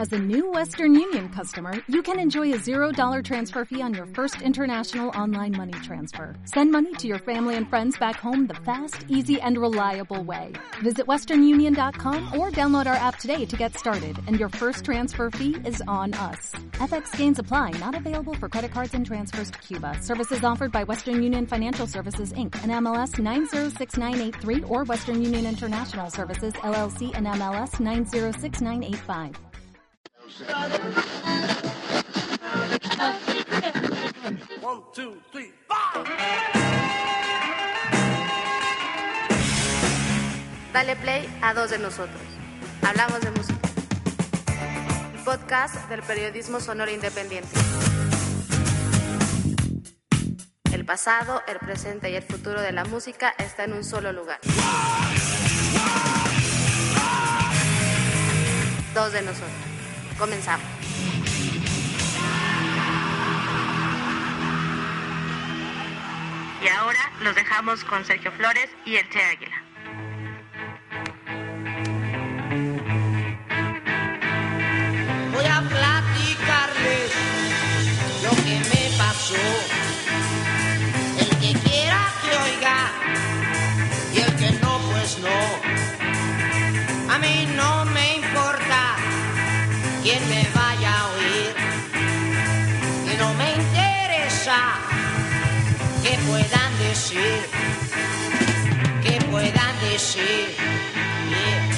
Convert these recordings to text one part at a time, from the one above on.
As a new Western Union customer, you can enjoy a $0 transfer fee on your first international online money transfer. Send money to your family and friends back home the fast, easy, and reliable way. Visit westernunion.com or download our app today to get started, and your first transfer fee is on us. FX gains apply, not available for credit cards and transfers to Cuba. Services offered by Western Union Financial Services, Inc., and MLS 906983, or Western Union International Services, LLC, and MLS 906985. 1, 2, 3, 4. Dale play a Dos de Nosotros. Hablamos de música. Un podcast del periodismo sonoro independiente. El pasado, el presente y el futuro de la música está en un solo lugar. Dos de Nosotros. Comenzamos. Y ahora los dejamos con Sergio Flores y el Che Águila. Voy a platicarles lo que me pasó. El que quiera que oiga y el que no, pues no. A mí no me importa quién me vaya a oír, y no me interesa que puedan decir, que puedan decir. Yeah.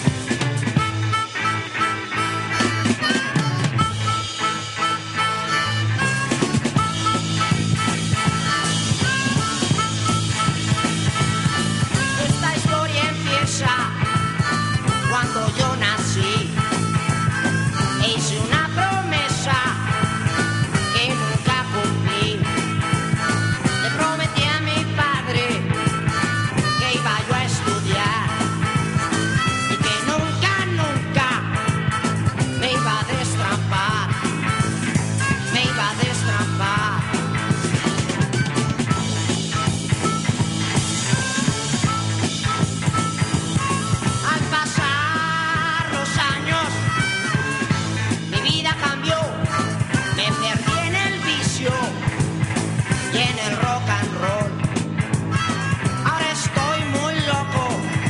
Esta historia empieza cuando yo nací. E hice una promesa que nunca cumplí. Le prometí a mi padre que iba yo a estudiar y que nunca, nunca me iba a destrampar, me iba a destrampar. Al pasar los años, mi vida cambió, me perdí en el vicio y en el rock and roll. Ahora estoy muy loco,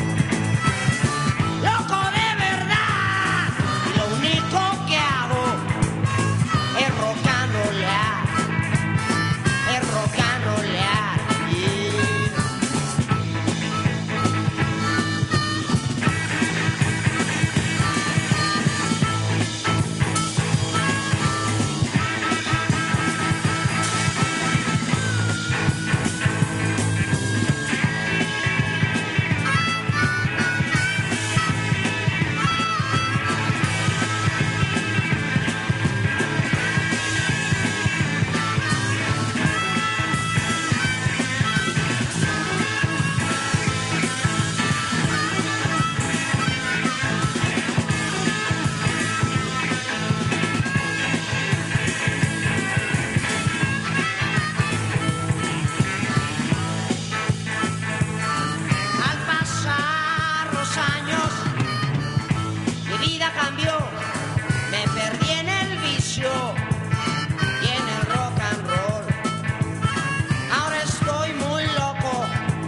loco de verdad. Y lo único que hago es rock and rollear, es rock and rollear. Yeah. Al pasar los años, mi vida cambió, me perdí en el vicio y en el rock and roll. Ahora estoy muy loco,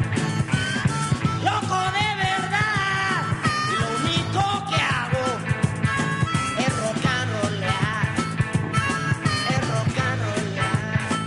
loco de verdad. Y lo único que hago es rock and rollear, es rock and rollear.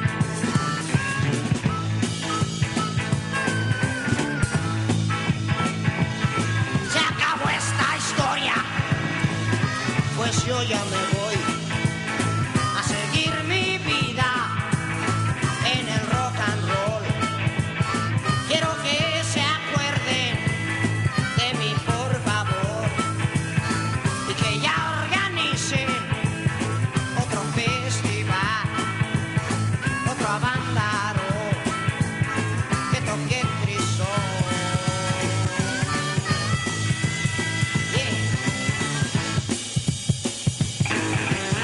Se acabó esta historia, pues yo ya me voy a seguir mi vida en el rock and roll. Quiero que se acuerden de mí, por favor, y que ya organicen otro festival, otro abandaro, que toque trisón. Yeah.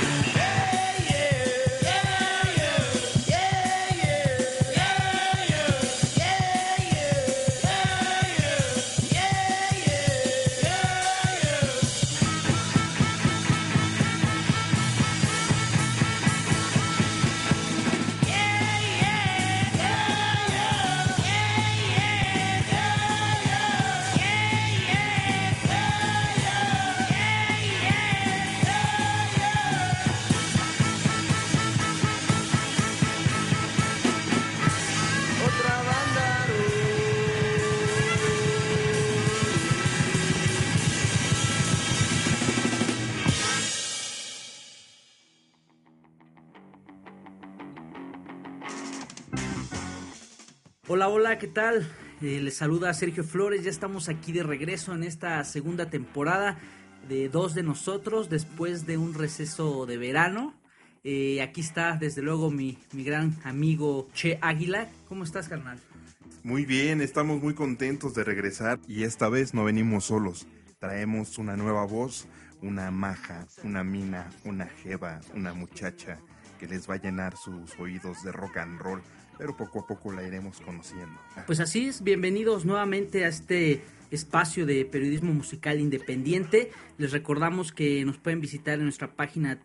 Hola, hola, ¿qué tal? Les saluda Sergio Flores, ya estamos aquí de regreso en esta segunda temporada de Dos de Nosotros, después de un receso de verano. Aquí está, desde luego, mi gran amigo Che Águila. ¿Cómo estás, carnal? Muy bien, estamos muy contentos de regresar y esta vez no venimos solos. Traemos una nueva voz, una maja, una mina, una jeva, una muchacha que les va a llenar sus oídos de rock and roll, pero poco a poco la iremos conociendo. Pues así es, bienvenidos nuevamente a este espacio de periodismo musical independiente. Les recordamos que nos pueden visitar en nuestra página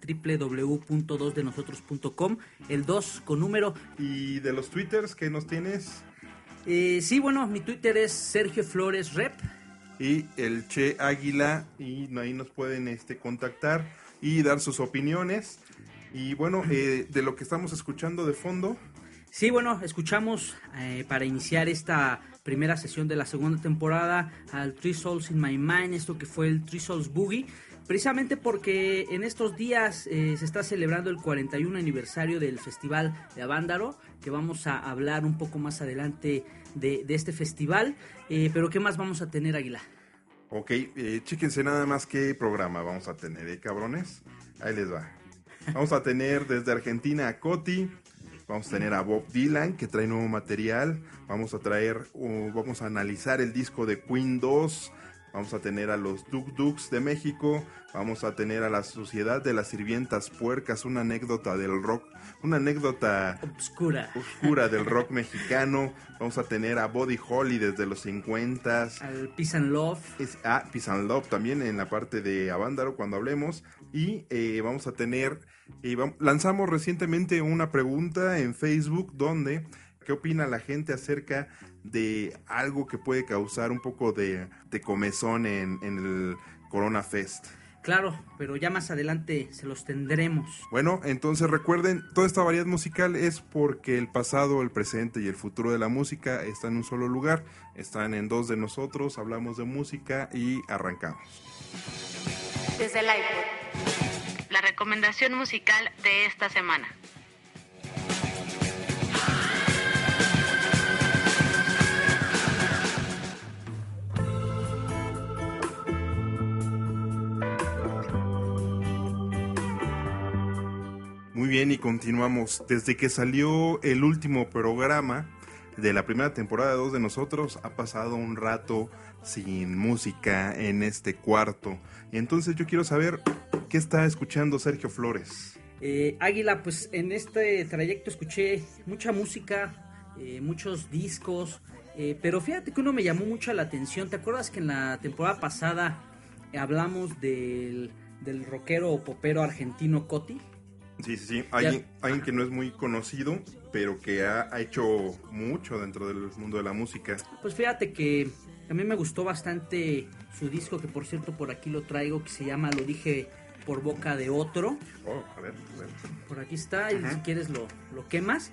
www.dosdenosotros.com, el 2 con número. ¿Y de los twitters que nos tienes? Sí, bueno, mi Twitter es Sergio Flores Rep. Y el Che Águila, y ahí nos pueden contactar y dar sus opiniones. Y bueno, de lo que estamos escuchando de fondo. Sí, bueno, escuchamos para iniciar esta primera sesión de la segunda temporada al Three Souls in My Mind, esto que fue el Three Souls Boogie, precisamente porque en estos días se está celebrando el 41 aniversario del Festival de Avándaro, que vamos a hablar un poco más adelante de este festival, pero ¿qué más vamos a tener, Águila? Ok, chíquense nada más qué programa vamos a tener, cabrones. Ahí les va. Vamos a tener desde Argentina a Coti. Vamos a tener a Bob Dylan, que trae nuevo material. Vamos a analizar el disco de Queen 2. Vamos a tener a los Duk Duks de México. Vamos a tener a la Sociedad de las Sirvientas Puercas, una anécdota del rock, una anécdota obscura del rock mexicano. Vamos a tener a Buddy Holly desde los 50s. Al Peace and Love. Peace and Love también en la parte de Avándaro cuando hablemos. Y vamos a tener... lanzamos recientemente una pregunta en Facebook donde ¿qué opina la gente acerca de algo que puede causar un poco de comezón en el Corona Fest? Claro, pero ya más adelante se los tendremos. Bueno, entonces recuerden, toda esta variedad musical es porque el pasado, el presente y el futuro de la música están en un solo lugar, están en Dos de Nosotros, hablamos de música y arrancamos. Desde el iPod, la recomendación musical de esta semana. Muy bien, y continuamos. Desde que salió el último programa de la primera temporada de Dos de Nosotros, ha pasado un rato sin música en este cuarto. Y entonces yo quiero saber qué está escuchando Sergio Flores. Águila, pues en este trayecto escuché mucha música, muchos discos, pero fíjate que uno me llamó mucho la atención. ¿Te acuerdas que en la temporada pasada hablamos del rockero o popero argentino Coti? Sí. Alguien que no es muy conocido, pero que ha hecho mucho dentro del mundo de la música. Pues fíjate que a mí me gustó bastante su disco, que por cierto por aquí lo traigo, que se llama Lo dije por boca de otro. Oh, a ver. Por aquí está, y si quieres lo quemas.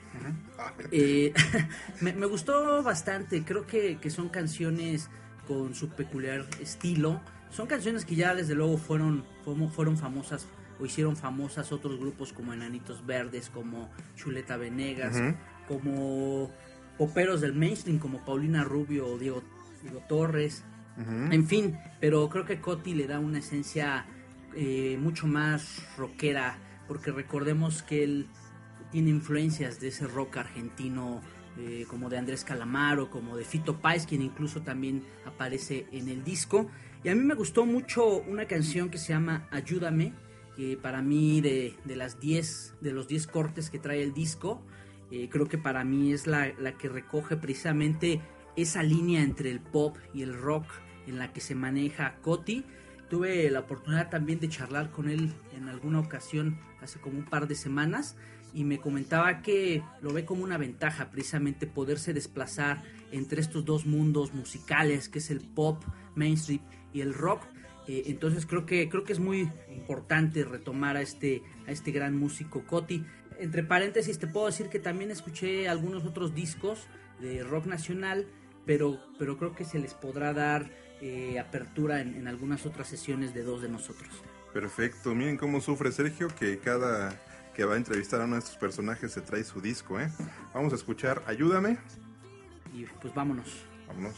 Me gustó bastante, creo que son canciones con su peculiar estilo. Son canciones que ya desde luego fueron famosas o hicieron famosas otros grupos como Enanitos Verdes, como Chuleta Venegas, como poperos del mainstream como Paulina Rubio o Diego Torres, en fin, pero creo que Coti le da una esencia mucho más rockera, porque recordemos que él tiene influencias de ese rock argentino, como de Andrés Calamaro, como de Fito Páez, quien incluso también aparece en el disco. Y a mí me gustó mucho una canción que se llama Ayúdame, que para mí de los 10 cortes que trae el disco, creo que para mí es la que recoge precisamente esa línea entre el pop y el rock en la que se maneja Coti. Tuve la oportunidad también de charlar con él en alguna ocasión hace como un par de semanas, y me comentaba que lo ve como una ventaja precisamente poderse desplazar entre estos dos mundos musicales, que es el pop mainstream y el rock. Entonces creo que es muy importante retomar a este gran músico Coti. Entre paréntesis te puedo decir que también escuché algunos otros discos de rock nacional, pero creo que se les podrá dar apertura en algunas otras sesiones de Dos de Nosotros. Perfecto, miren cómo sufre Sergio, que cada que va a entrevistar a uno de estos personajes se trae su disco, Vamos a escuchar Ayúdame. Y pues vámonos. Vámonos.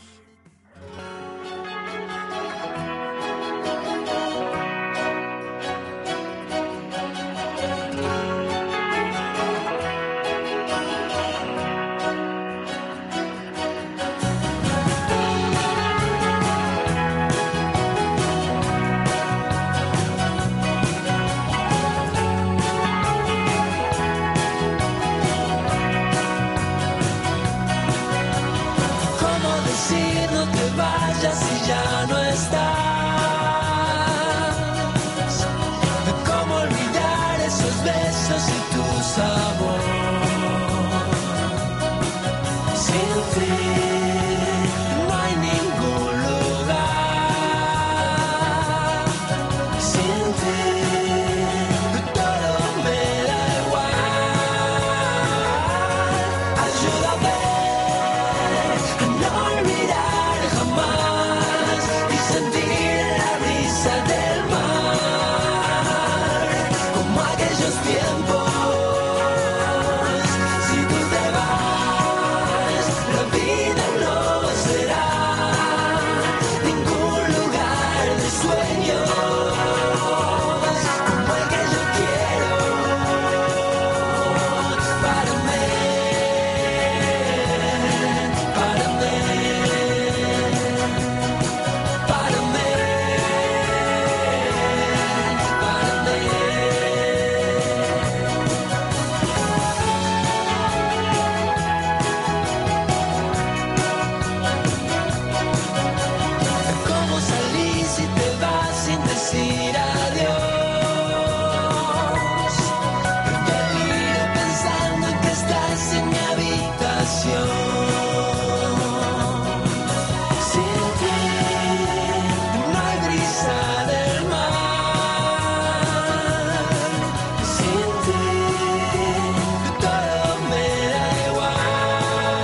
Si ya no estás, ¿cómo olvidar esos besos y tu sabor? Sin ti no hay ningún lugar, sin ti todo me da igual. Ayúdame a no olvidar jamás y sentir la brisa del mar, como aquellos tiempos. Si tú te vas, la vida no será ningún lugar de sueños, como el que yo quiero para mí, para mí. Para mí, para mí. ¿Cómo salís si te vas sin decir adiós? Deliro pensando en que estás en mi habitación. Sin ti no hay brisa del mar, sin ti todo me da igual.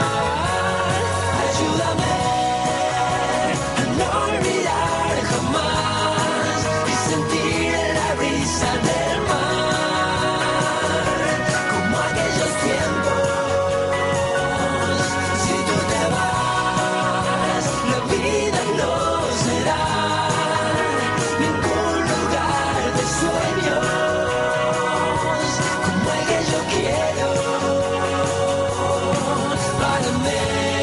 Ayúdame a no olvidar jamás y sentir la brisa del mar, como aquellos tiempos. Si tú te vas, la vida no será ningún lugar de sueños, como el que yo quiero para mí,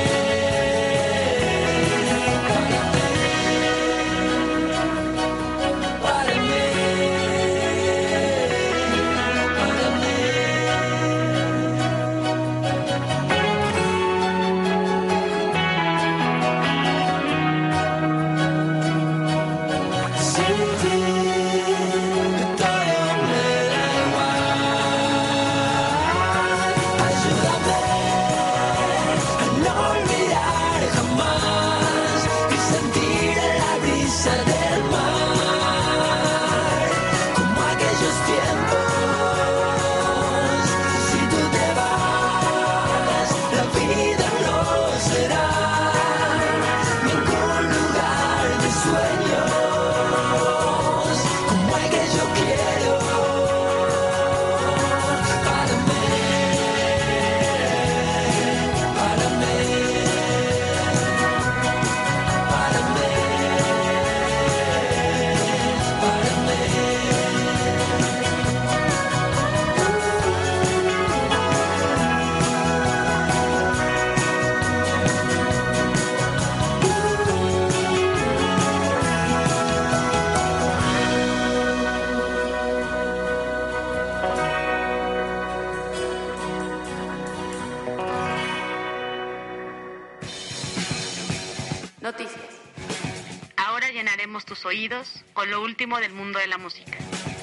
para mí, para mí, para mí. Sin ti todo me da igual. Ayúdame a no olvidar jamás y sentir la brisa del mar, como aquellos tiempos. Si tú te vas, la vida no será ningún lugar de sueños, como el que yo quiero para mí, para mí, para mí, para mí. Noticias. Ahora llenaremos tus oídos con lo último del mundo de la música.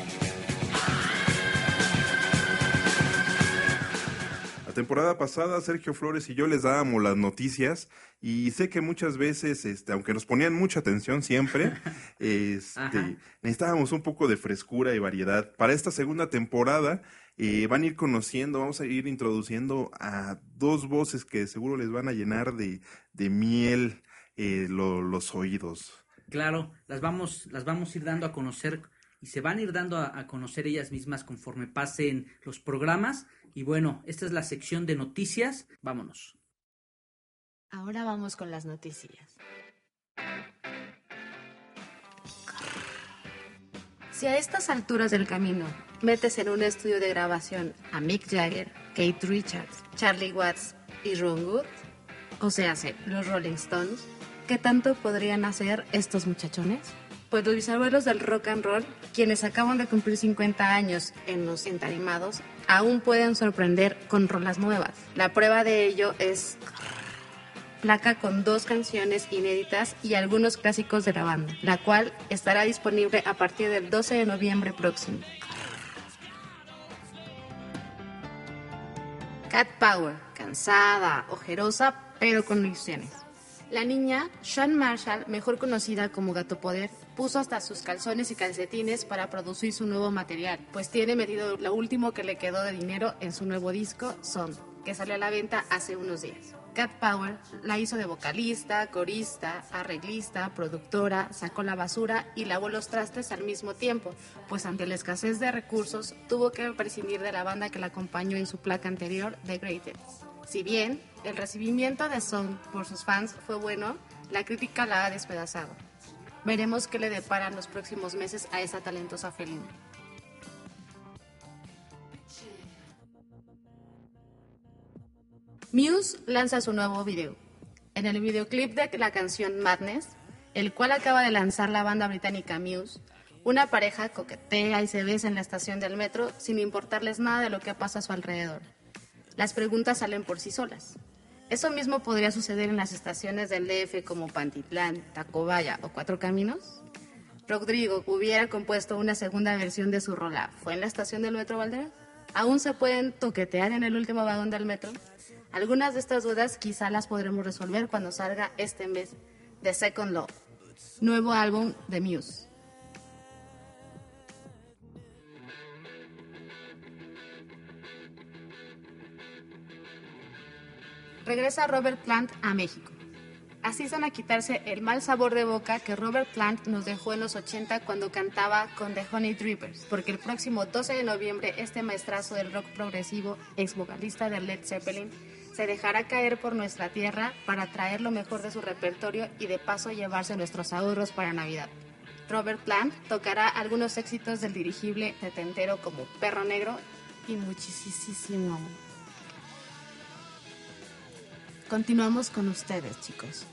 La temporada pasada Sergio Flores y yo les dábamos las noticias y sé que muchas veces, aunque nos ponían mucha atención siempre, necesitábamos un poco de frescura y variedad. Para esta segunda temporada van a ir conociendo, vamos a ir introduciendo a dos voces que seguro les van a llenar de miel los oídos. Claro, las vamos a ir dando a conocer y se van a ir dando a conocer ellas mismas conforme pasen los programas. Y bueno, esta es la sección de noticias. Vámonos. Ahora vamos con las noticias. Si a estas alturas del camino metes en un estudio de grabación a Mick Jagger, Keith Richards, Charlie Watts y Ron Wood, o sea, los Rolling Stones, ¿qué tanto podrían hacer estos muchachones? Pues los bisabuelos del rock and roll, quienes acaban de cumplir 50 años en los entarimados, aún pueden sorprender con rolas nuevas. La prueba de ello es placa con 2 canciones inéditas y algunos clásicos de la banda, la cual estará disponible a partir del 12 de noviembre próximo. Cat Power, cansada, ojerosa, pero con ilusiones. La niña, Sean Marshall, mejor conocida como Gato Poder, puso hasta sus calzones y calcetines para producir su nuevo material, pues tiene metido lo último que le quedó de dinero en su nuevo disco, Son, que salió a la venta hace unos días. Cat Power la hizo de vocalista, corista, arreglista, productora, sacó la basura y lavó los trastes al mismo tiempo, pues ante la escasez de recursos tuvo que prescindir de la banda que la acompañó en su placa anterior, The Greatest. Si bien el recibimiento de Song por sus fans fue bueno, la crítica la ha despedazado. Veremos qué le deparan los próximos meses a esa talentosa felina. Muse lanza su nuevo video. En el videoclip de la canción Madness, el cual acaba de lanzar la banda británica Muse, una pareja coquetea y se besa en la estación del metro sin importarles nada de lo que pasa a su alrededor. Las preguntas salen por sí solas. ¿Eso mismo podría suceder en las estaciones del DF como Pantitlán, Tacubaya o Cuatro Caminos? Rodrigo hubiera compuesto una segunda versión de su rola. ¿Fue en la estación del Metro Valderas? ¿Aún se pueden toquetear en el último vagón del metro? Algunas de estas dudas quizá las podremos resolver cuando salga este mes de Second Love, nuevo álbum de Muse. Regresa Robert Plant a México. Así van a quitarse el mal sabor de boca que Robert Plant nos dejó en los 80 cuando cantaba con The Honey Drippers, porque el próximo 12 de noviembre este maestrazo del rock progresivo, ex vocalista de Led Zeppelin, se dejará caer por nuestra tierra para traer lo mejor de su repertorio y de paso llevarse nuestros ahorros para Navidad. Robert Plant tocará algunos éxitos del dirigible setentero como Perro Negro y muchísimo amor. Continuamos con ustedes, chicos.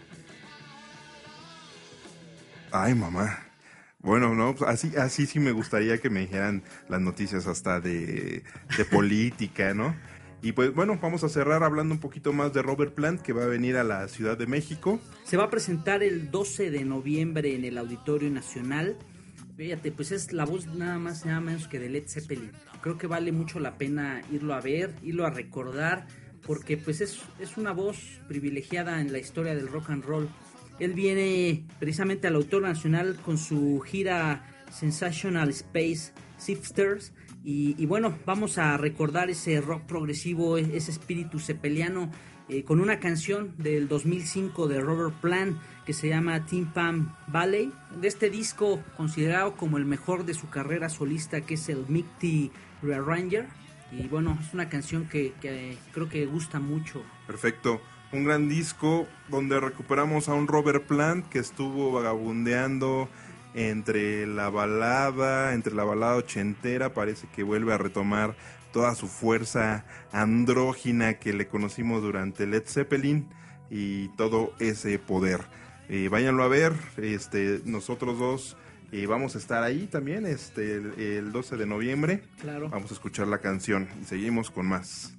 Ay, mamá. Bueno, no, así sí me gustaría que me dijeran las noticias hasta de política, ¿no? Y pues bueno, vamos a cerrar hablando un poquito más de Robert Plant, que va a venir a la Ciudad de México. Se va a presentar el 12 de noviembre en el Auditorio Nacional. Fíjate, pues es la voz nada más y nada menos que de Led Zeppelin. Creo que vale mucho la pena irlo a ver, irlo a recordar, porque pues es una voz privilegiada en la historia del rock and roll. Él viene precisamente al Auditorio Nacional con su gira Sensational Space Shifters. Y bueno, vamos a recordar ese rock progresivo, ese espíritu zeppeliano, con una canción del 2005 de Robert Plant que se llama Tin Pan Valley. De este disco, considerado como el mejor de su carrera solista, que es el Mighty Rearranger. Y bueno, es una canción que creo que gusta mucho. Perfecto. Un gran disco donde recuperamos a un Robert Plant que estuvo vagabundeando entre la balada ochentera. Parece que vuelve a retomar toda su fuerza andrógina que le conocimos durante Led Zeppelin y todo ese poder. Váyanlo a ver, nosotros dos vamos a estar ahí también el 12 de noviembre. Claro. Vamos a escuchar la canción y seguimos con más.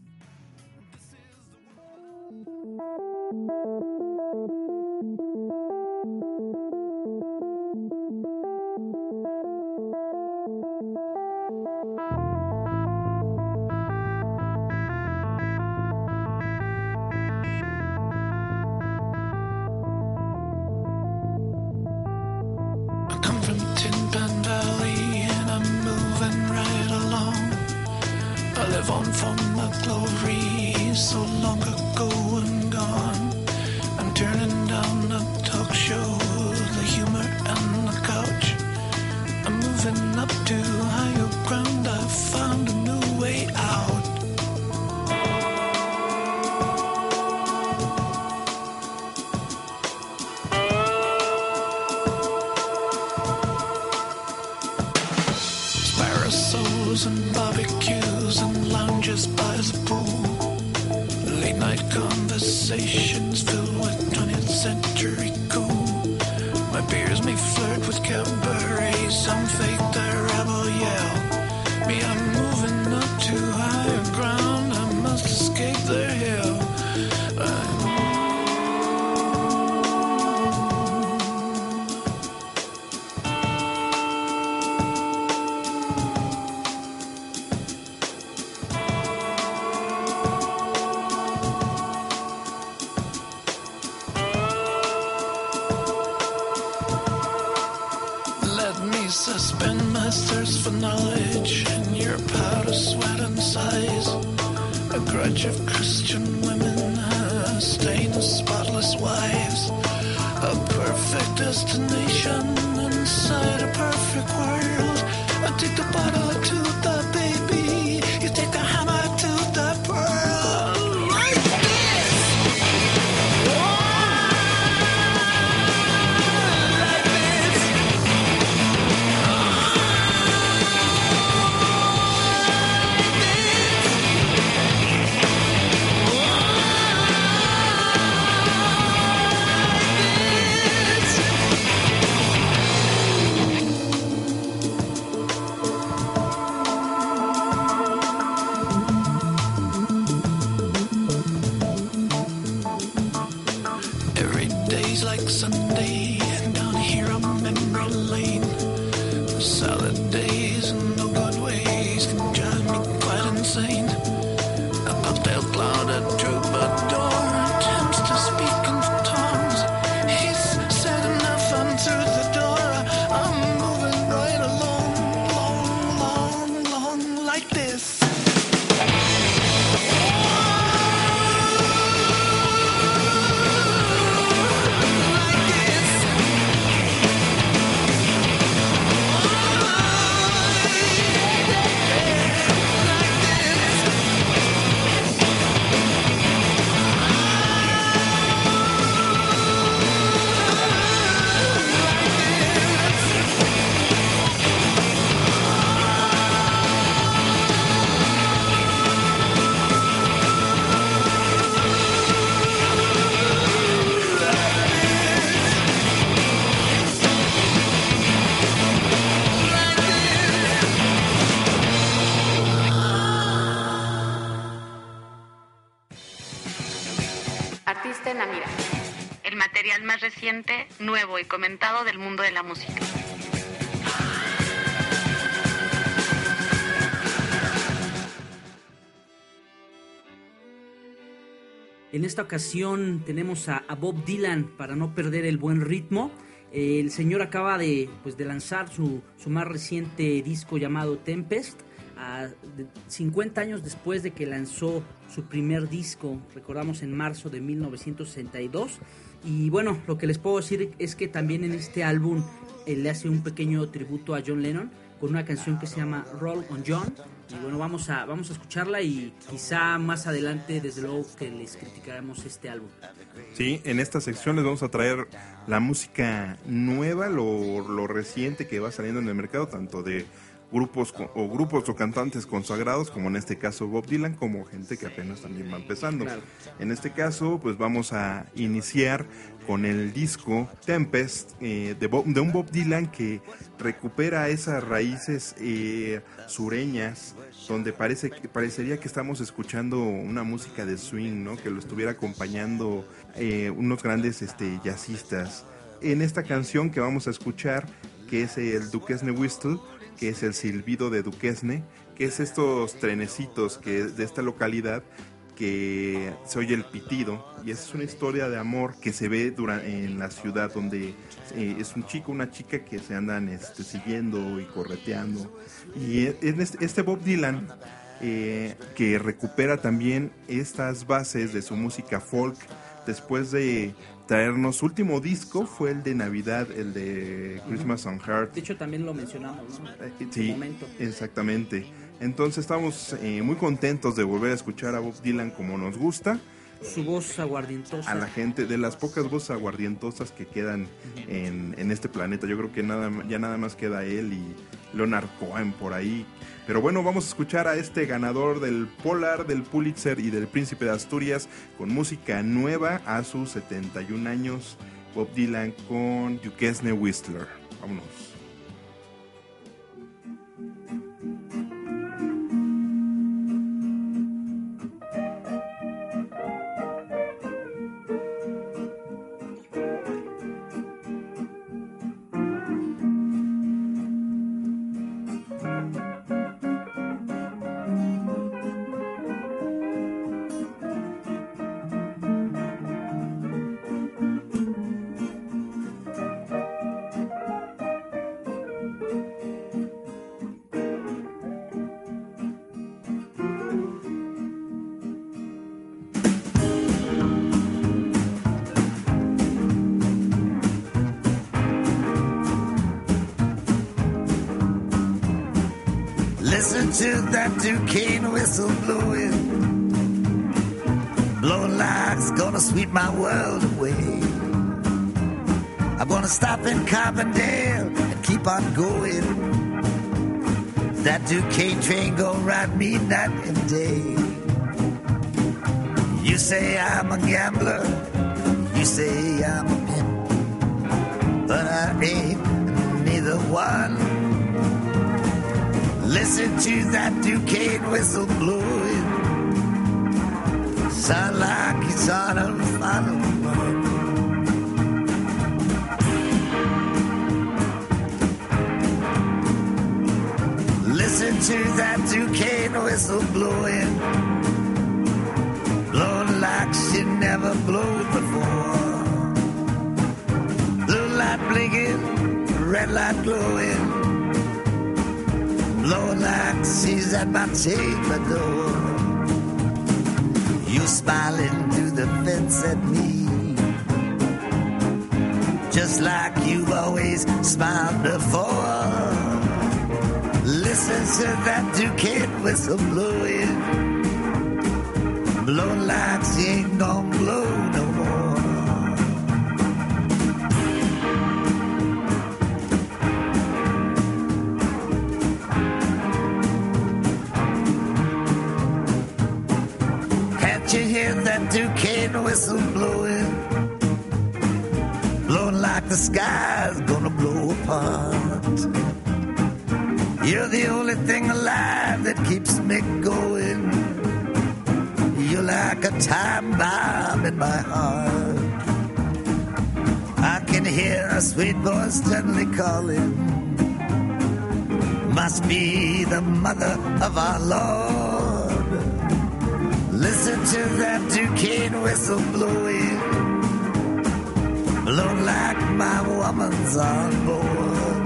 espressos and barbecues and lounges by the pool. Late night conversations filled with 20th century cool. My beers may flirt with cabaret, some fake their rebel yell. Me, I'm moving up to higher ground, I must escape their hell. Suspend my thirst for knowledge and your powder, sweat, and size. A grudge of Christian women, a stain of spotless wives. A perfect destination inside a perfect world. I take the bottle to the baby, you take the hammer to the pearl. Like this! Sunday, down here on memory lane. Salad days and no good ways can drive me quite insane. A puff-tailed cloud, a troubadour attempts to speak in tongues. He's said enough, I'm through the door. I'm moving right along, long, long, long, like this. Artista en la mira. El material más reciente, nuevo y comentado del mundo de la música. En esta ocasión tenemos a Bob Dylan para no perder el buen ritmo. El señor acaba de lanzar su más reciente disco llamado Tempest. 50 años después de que lanzó su primer disco, recordamos en marzo de 1962. Y bueno, lo que les puedo decir es que también en este álbum le hace un pequeño tributo a John Lennon con una canción que se llama Roll on John. Y bueno, vamos a escucharla y quizá más adelante desde luego que les criticaremos este álbum. Sí, en esta sección les vamos a traer la música nueva, lo reciente que va saliendo en el mercado, tanto de grupos o cantantes consagrados, como en este caso Bob Dylan, como gente que apenas también va empezando. Claro. En este caso, pues vamos a iniciar con el disco Tempest de un Bob Dylan que recupera esas raíces sureñas, donde parecería que estamos escuchando una música de swing, ¿no? Que lo estuviera acompañando unos grandes jazzistas. En esta canción que vamos a escuchar, que es el Duquesne Whistle, que es el silbido de Duquesne, que es estos trenecitos que de esta localidad que se oye el pitido, y es una historia de amor que se ve en la ciudad, donde es un chico, una chica que se andan siguiendo y correteando. Y este Bob Dylan que recupera también estas bases de su música folk después de traernos. Su último disco fue el de Navidad, el de Christmas on Heart. De hecho también lo mencionamos, ¿no? Sí, exactamente. Entonces estamos muy contentos de volver a escuchar a Bob Dylan como nos gusta. Su voz aguardientosa. A la gente, de las pocas voces aguardientosas que quedan en este planeta. Yo creo que nada más queda él Leonard Cohen por ahí. Pero bueno, vamos a escuchar a este ganador del Polar, del Pulitzer y del Príncipe de Asturias con música nueva a sus 71 años. Bob Dylan con Duquesne Whistler. Vámonos. Listen to that Duquesne whistle blowing, blowing like it's gonna sweep my world away. I'm gonna stop in Carbondale and keep on going. That Duquesne train gonna ride me night and day. You say I'm a gambler, you say I'm a pimp, but I ain't neither one. Listen to that Duquesne whistle blowing, sound like it's on a final run. Listen to that Duquesne whistle blowing, blowing like she never blew before. Blue light blinking, red light glowing, blowing like she's at my chamber door. You smiling through the fence at me, just like you always smiled before. Listen to that Duquesne whistle blowing, blowing like she ain't gonna blow no more. You hear that Duquesne whistle blowing, blowing like the sky's gonna blow apart. You're the only thing alive that keeps me going. You're like a time bomb in my heart. I can hear a sweet voice gently calling, must be the mother of our Lord. Listen to that Duquesne whistle blowing, blowing like my woman's on board.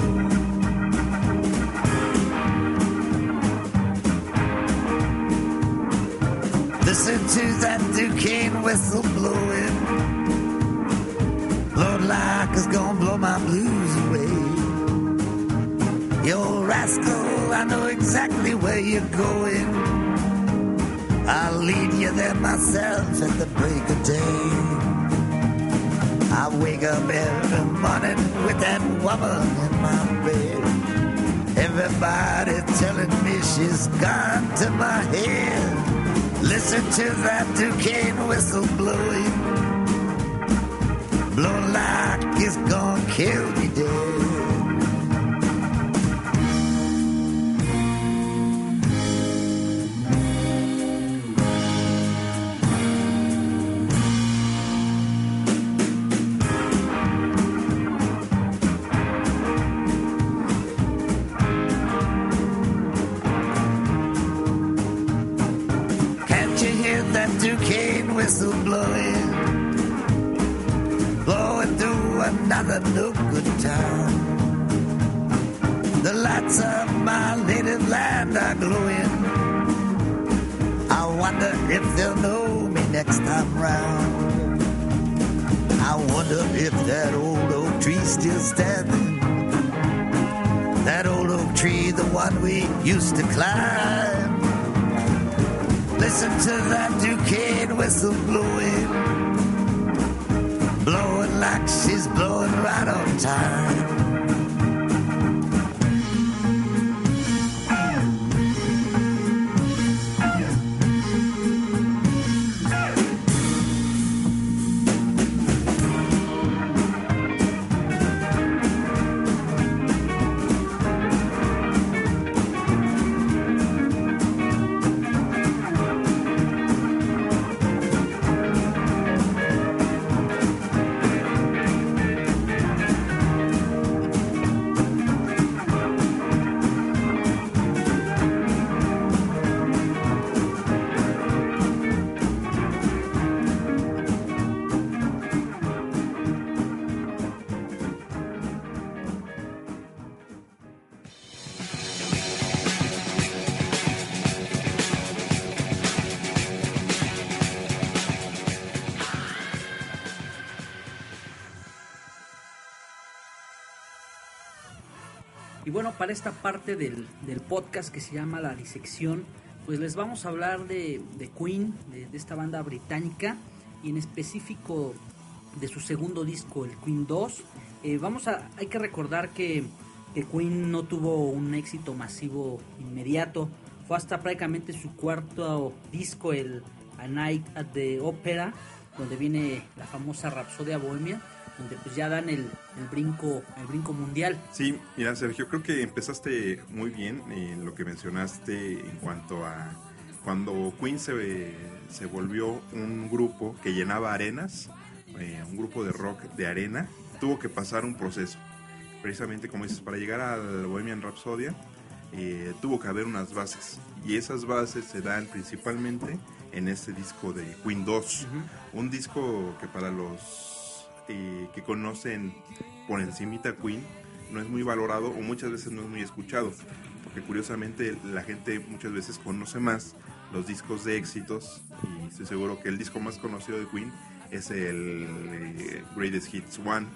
Listen to that Duquesne whistle blowing, blowing like it's gonna blow my blues away. You old rascal, I know exactly where you're going. I'll lead you there myself at the break of day. I wake up every morning with that woman in my bed. Everybody telling me she's gone to my head. Listen to that Duquesne whistle blowing, blowing like it's gonna kill me dead. Duquesne whistle blowing, blowing through another no good town. The lights of my native land are glowing. I wonder if they'll know me next time round. I wonder if that old oak tree's still standing, that old oak tree, the one we used to climb. Listen to that Duquesne whistle blowing, blowing like she's blowing right on time. bueno, para esta parte del podcast que se llama La Disección, pues les vamos a hablar de Queen, de esta banda británica, y en específico de su segundo disco, el Queen 2. Hay que recordar que Queen no tuvo un éxito masivo inmediato. Fue hasta prácticamente su cuarto disco, el A Night at the Opera, donde viene la famosa Rapsodia Bohemia, donde pues ya dan el brinco mundial. Sí, mira, Sergio, creo que empezaste muy bien en lo que mencionaste en cuanto a cuando Queen se volvió un grupo que llenaba arenas, un grupo de rock de arena. Tuvo que pasar un proceso, precisamente como dices, para llegar al Bohemian Rhapsody tuvo que haber unas bases, y esas bases se dan principalmente en este disco de Queen 2, un disco que para los que conocen por encimita Queen no es muy valorado, o muchas veces no es muy escuchado, porque curiosamente la gente muchas veces conoce más los discos de éxitos, y estoy seguro que el disco más conocido de Queen es el Greatest Hits 1,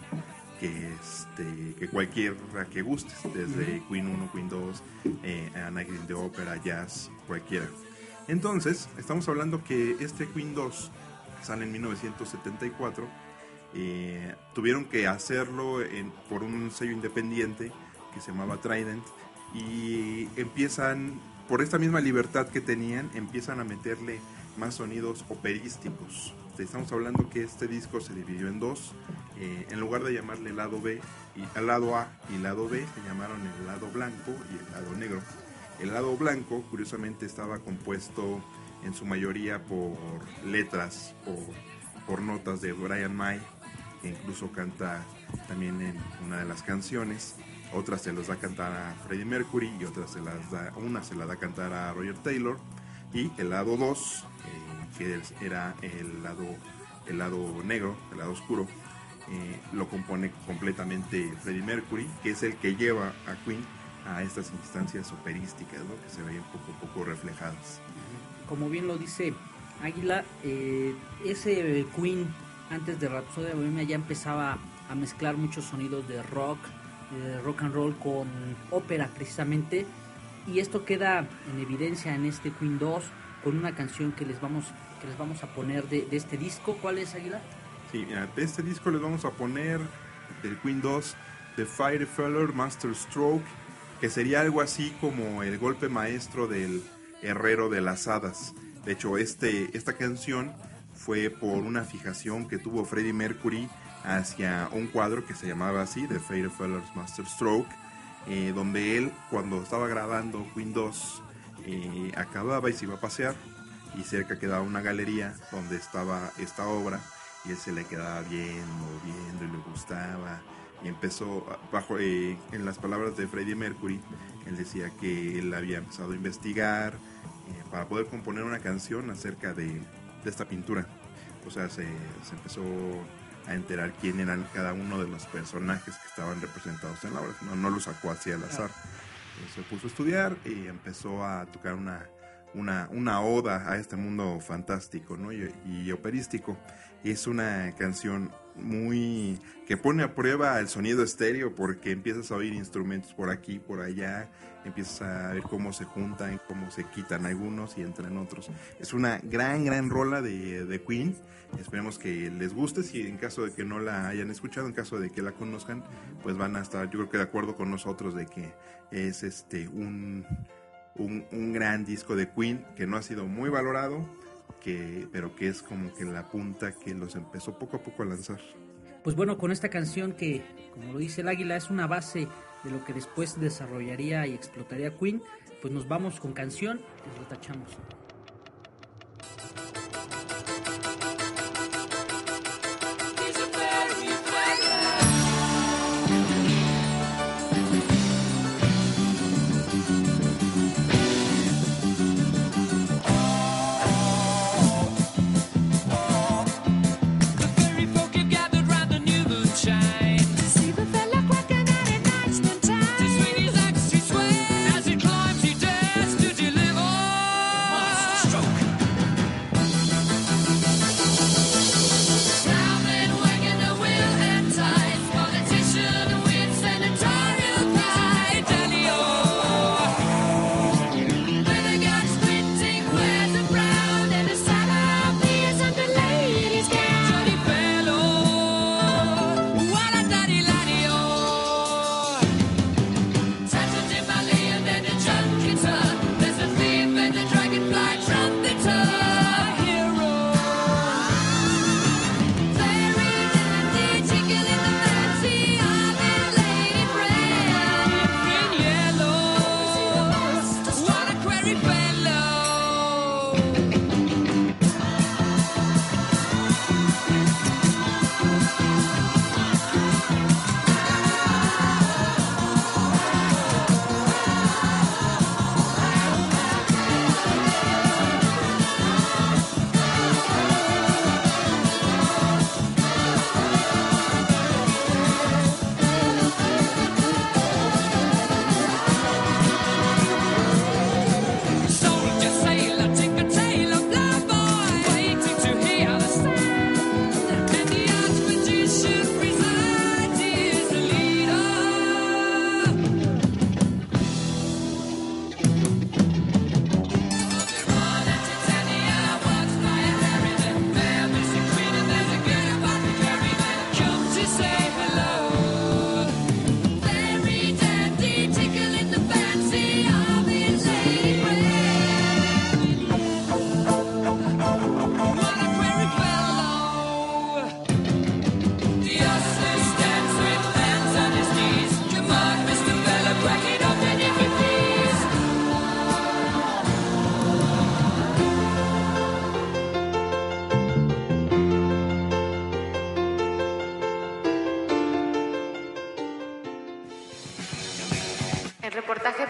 que cualquiera que guste, desde Queen 1, Queen 2, A Night in the Opera, Jazz, cualquiera. Entonces, estamos hablando que este Queen 2 sale en 1974. Tuvieron que hacerlo por un sello independiente que se llamaba Trident, y empiezan, por esta misma libertad que tenían, empiezan a meterle más sonidos operísticos. Estamos hablando que este disco se dividió en dos. En lugar de llamarle lado B y lado A y lado B, se llamaron el lado blanco y el lado negro. El lado blanco, curiosamente, estaba compuesto en su mayoría por letras, por notas de Brian May, que incluso canta también en una de las canciones. Otras se las da a cantar a Freddie Mercury, y otras una se la da a cantar a Roger Taylor. Y el lado 2, que era el lado negro, el lado oscuro, lo compone completamente Freddie Mercury, que es el que lleva a Queen a estas instancias operísticas, ¿no?, que se veían poco a poco reflejadas. Como bien lo dice Águila, ese Queen antes de Rhapsody Bohemia ya empezaba a mezclar muchos sonidos de rock and roll con ópera precisamente, y esto queda en evidencia en este Queen 2 con una canción que les vamos a poner de este disco. ¿Cuál es, Águila? Sí, mira, de este disco les vamos a poner del Queen 2 The Firefeller Master Stroke, que sería algo así como el golpe maestro del herrero de las hadas. De hecho, esta canción fue por una fijación que tuvo Freddie Mercury hacia un cuadro que se llamaba así, The Firefeller's Master Stroke, donde él, cuando estaba grabando Queen 2, acababa y se iba a pasear, y cerca quedaba una galería donde estaba esta obra, y él se le quedaba viendo y le gustaba, y empezó en las palabras de Freddie Mercury, él decía que él había empezado a investigar para poder componer una canción acerca de esta pintura. O sea, se empezó a enterar quién eran cada uno de los personajes que estaban representados en la obra. No lo sacó así al azar. Se puso a estudiar y empezó a tocar una oda a este mundo fantástico, ¿no?, y operístico. Es una canción que pone a prueba el sonido estéreo, porque empiezas a oír instrumentos por aquí, por allá, empiezas a ver cómo se juntan, cómo se quitan algunos y entran otros. Es una gran rola de Queen. Esperemos que les guste. Si en caso de que no la hayan escuchado, en caso de que la conozcan, pues van a estar, yo creo que de acuerdo con nosotros, de que es un gran disco de Queen que no ha sido muy valorado, pero que es como que la punta que los empezó poco a poco a lanzar. Pues bueno, con esta canción que, como lo dice el Águila, es una base de lo que después desarrollaría y explotaría Queen, pues nos vamos con canción y lo tachamos. As he climbs, he dares to deliver.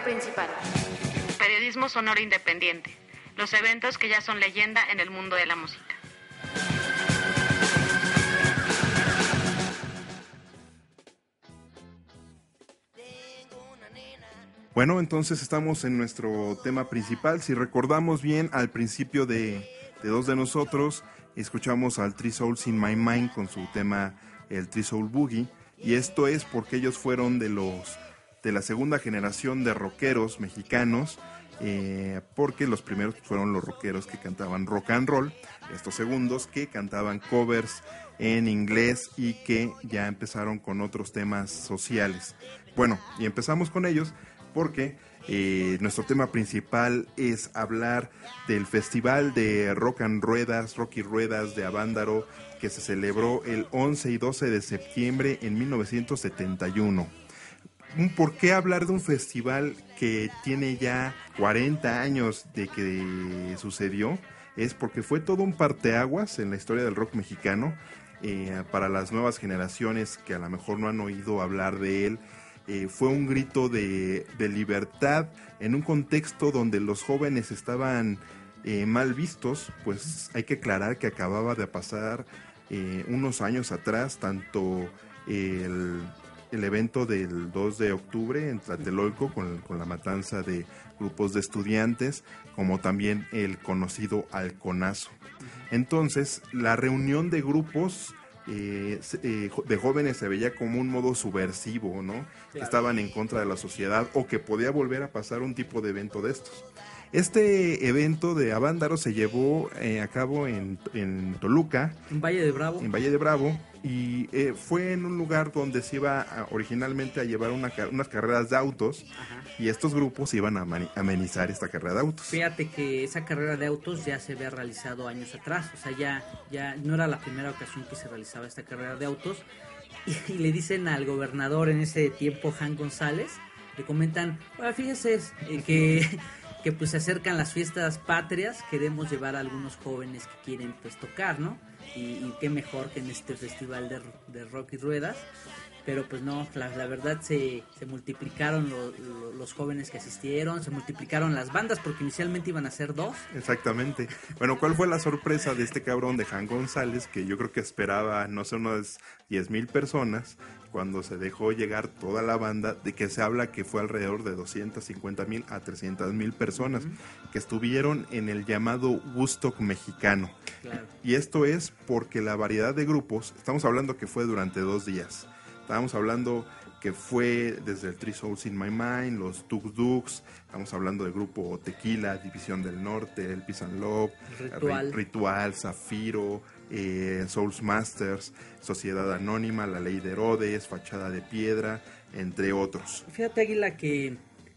principal. Periodismo sonoro independiente. Los eventos que ya son leyenda en el mundo de la música. Bueno, entonces estamos en nuestro tema principal. Si recordamos bien, al principio de Dos de Nosotros, escuchamos al Three Souls in My Mind con su tema, el Three Soul Boogie. Y esto es porque ellos fueron de la segunda generación de rockeros mexicanos, porque los primeros fueron los rockeros que cantaban rock and roll, estos segundos que cantaban covers en inglés y que ya empezaron con otros temas sociales. Bueno, y empezamos con ellos porque nuestro tema principal es hablar del festival de Rock y Ruedas de Avándaro, que se celebró el 11 y 12 de septiembre en 1971. ¿Por qué hablar de un festival que tiene ya 40 años de que sucedió? Es porque fue todo un parteaguas en la historia del rock mexicano. Para las nuevas generaciones que a lo mejor no han oído hablar de él, fue un grito de libertad en un contexto donde los jóvenes estaban mal vistos. Pues hay que aclarar que acababa de pasar unos años atrás tanto el evento del 2 de octubre en Tlatelolco con la matanza de grupos de estudiantes, como también el conocido halconazo. Entonces, la reunión de grupos de jóvenes se veía como un modo subversivo, ¿no? Que estaban en contra de la sociedad o que podía volver a pasar un tipo de evento de estos. Este evento de Avándaro se llevó a cabo en Toluca. En Valle de Bravo. En Valle de Bravo. Y fue en un lugar donde se iba originalmente a llevar unas carreras de autos. Ajá. Y estos grupos iban a amenizar esta carrera de autos. Fíjate que esa carrera de autos ya se había realizado años atrás. O sea, ya no era la primera ocasión que se realizaba esta carrera de autos. Y le dicen al gobernador en ese tiempo, Jan González, le comentan, bueno, fíjese que pues se acercan las fiestas patrias, queremos llevar a algunos jóvenes que quieren pues tocar, ¿no? Y qué mejor que en este festival de rock y ruedas. Pero pues no, la verdad se multiplicaron los jóvenes que asistieron, se multiplicaron las bandas porque inicialmente iban a ser 2. Exactamente. Bueno, ¿cuál fue la sorpresa de este cabrón de Jan González? Que yo creo que esperaba, no sé, unas 10,000 personas, cuando se dejó llegar toda la banda, de que se habla que fue alrededor de 250,000 a 300,000 personas que estuvieron en el llamado Woodstock mexicano. Claro. Y esto es porque la variedad de grupos, estamos hablando que fue durante 2 días. Estábamos hablando que fue desde el Three Souls in My Mind, los Tuk Duks, estamos hablando del grupo Tequila, División del Norte, el Peace and Love, Ritual, Zafiro, Souls Masters, Sociedad Anónima, La Ley de Herodes, Fachada de Piedra, entre otros. Fíjate, Águila, que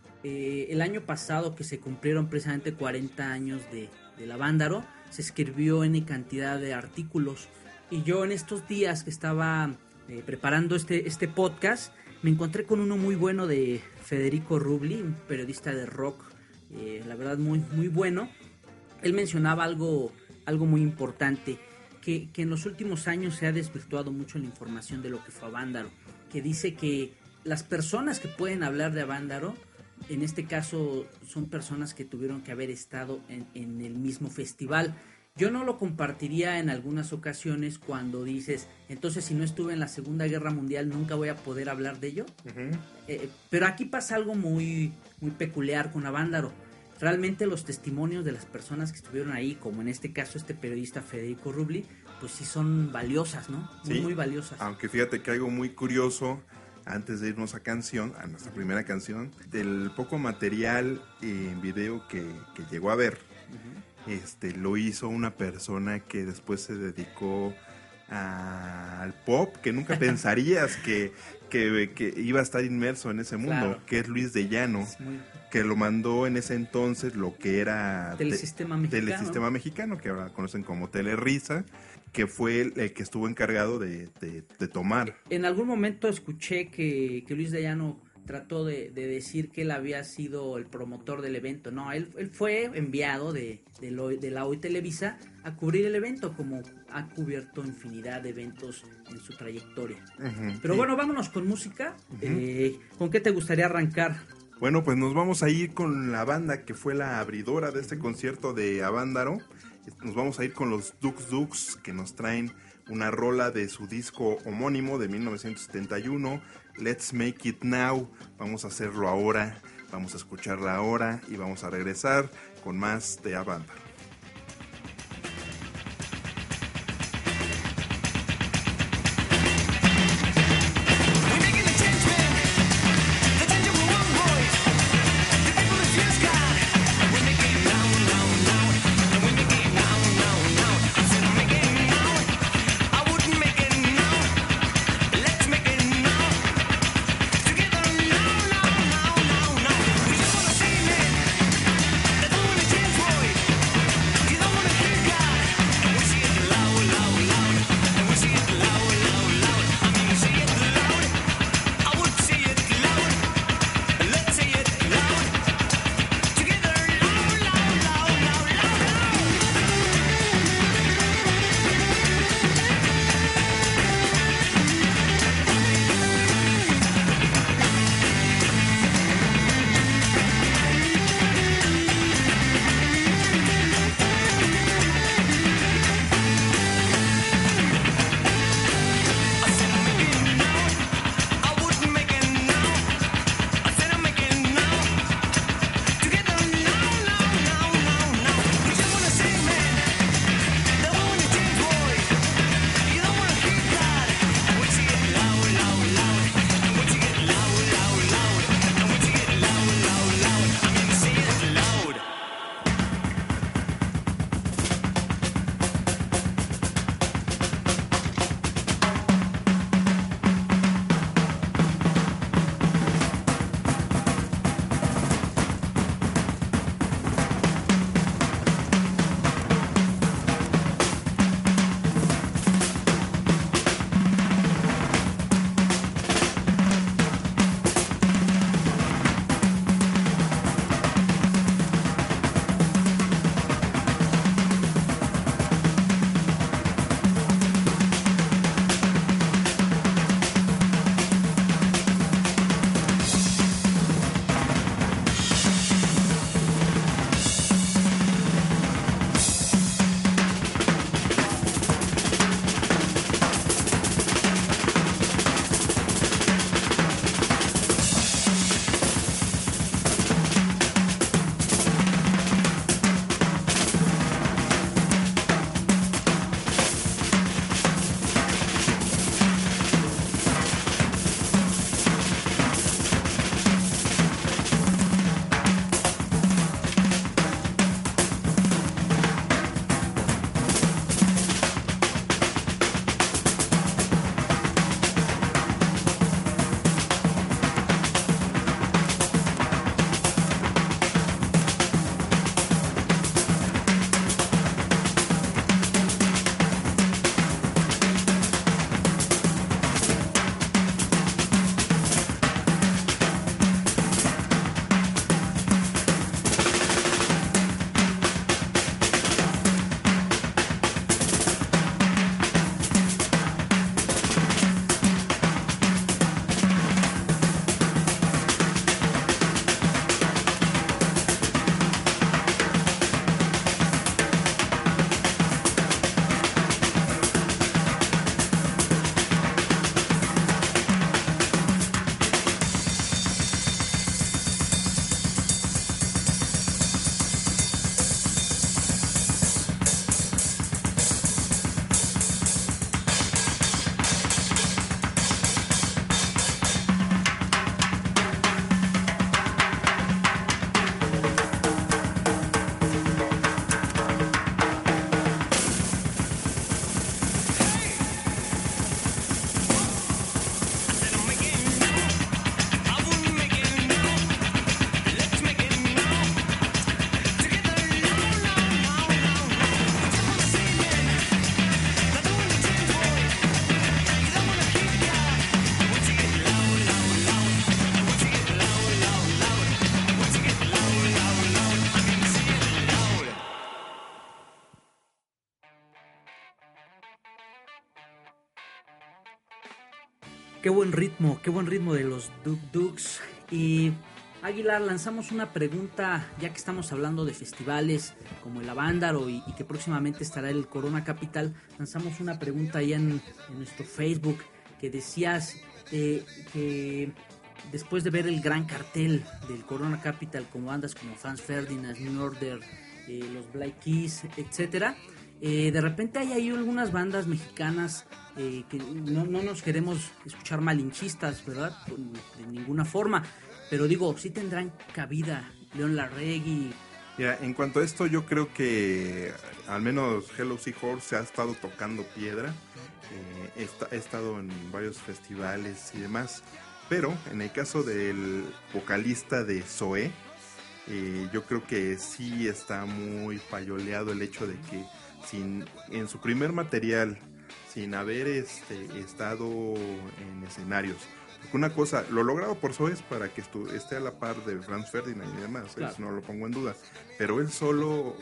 el año pasado que se cumplieron precisamente 40 años del Avándaro, se escribió N cantidad de artículos. Y yo en estos días que estaba preparando este podcast, me encontré con uno muy bueno de Federico Rubli, un periodista de rock, la verdad muy, muy bueno. Él mencionaba algo muy importante, que en los últimos años se ha desvirtuado mucho la información de lo que fue Avándaro, que dice que las personas que pueden hablar de Avándaro, en este caso son personas que tuvieron que haber estado en el mismo festival. Yo no lo compartiría en algunas ocasiones cuando dices, entonces si no estuve en la Segunda Guerra Mundial nunca voy a poder hablar de ello. Pero aquí pasa algo muy, muy peculiar con Avándaro. Realmente los testimonios de las personas que estuvieron ahí, como en este caso este periodista Federico Rubli, pues sí son valiosas, ¿no? Muy, sí, muy valiosas. Aunque fíjate que algo muy curioso, antes de irnos a nuestra primera canción, del poco material en video que llegó a ver, lo hizo una persona que después se dedicó al pop, que nunca pensarías que iba a estar inmerso en ese mundo, claro, que es Luis de Llano, que lo mandó en ese entonces lo que era Telesistema Mexicano, que ahora conocen como Telerisa, que fue el que estuvo encargado de tomar. En algún momento escuché que Luis de Llano trató de decir que él había sido el promotor del evento. No, él fue enviado de la Hoy Televisa a cubrir el evento, como ha cubierto infinidad de eventos en su trayectoria. Pero sí, bueno, vámonos con música. ¿Con qué te gustaría arrancar? Bueno, pues nos vamos a ir con la banda que fue la abridora de este concierto de Avándaro. Nos vamos a ir con los Dux Dux, que nos traen una rola de su disco homónimo de 1971, Let's Make It Now. Vamos a hacerlo ahora, vamos a escucharla ahora y vamos a regresar con más de Avándaro. Qué buen ritmo de los Duk Duks. Y Aguilar, lanzamos una pregunta, ya que estamos hablando de festivales como el Avándaro y que próximamente estará el Corona Capital. Lanzamos una pregunta ahí en nuestro Facebook que decías que después de ver el gran cartel del Corona Capital con bandas como Franz Ferdinand, New Order, los Black Keys, etcétera, de repente hay ahí algunas bandas mexicanas que no nos queremos escuchar malinchistas, ¿verdad? De ninguna forma. Pero digo, sí tendrán cabida León Larregui. Mira, en cuanto a esto, yo creo que al menos Hello Seahorse se ha estado tocando piedra. He estado en varios festivales y demás. Pero en el caso del vocalista de Zoé, yo creo que sí está muy payoleado el hecho de que en su primer material, sin haber estado en escenarios. Porque una cosa, lo logrado por Zoé es para que esté a la par de Franz Ferdinand y demás, claro. Eso no lo pongo en duda. Pero él solo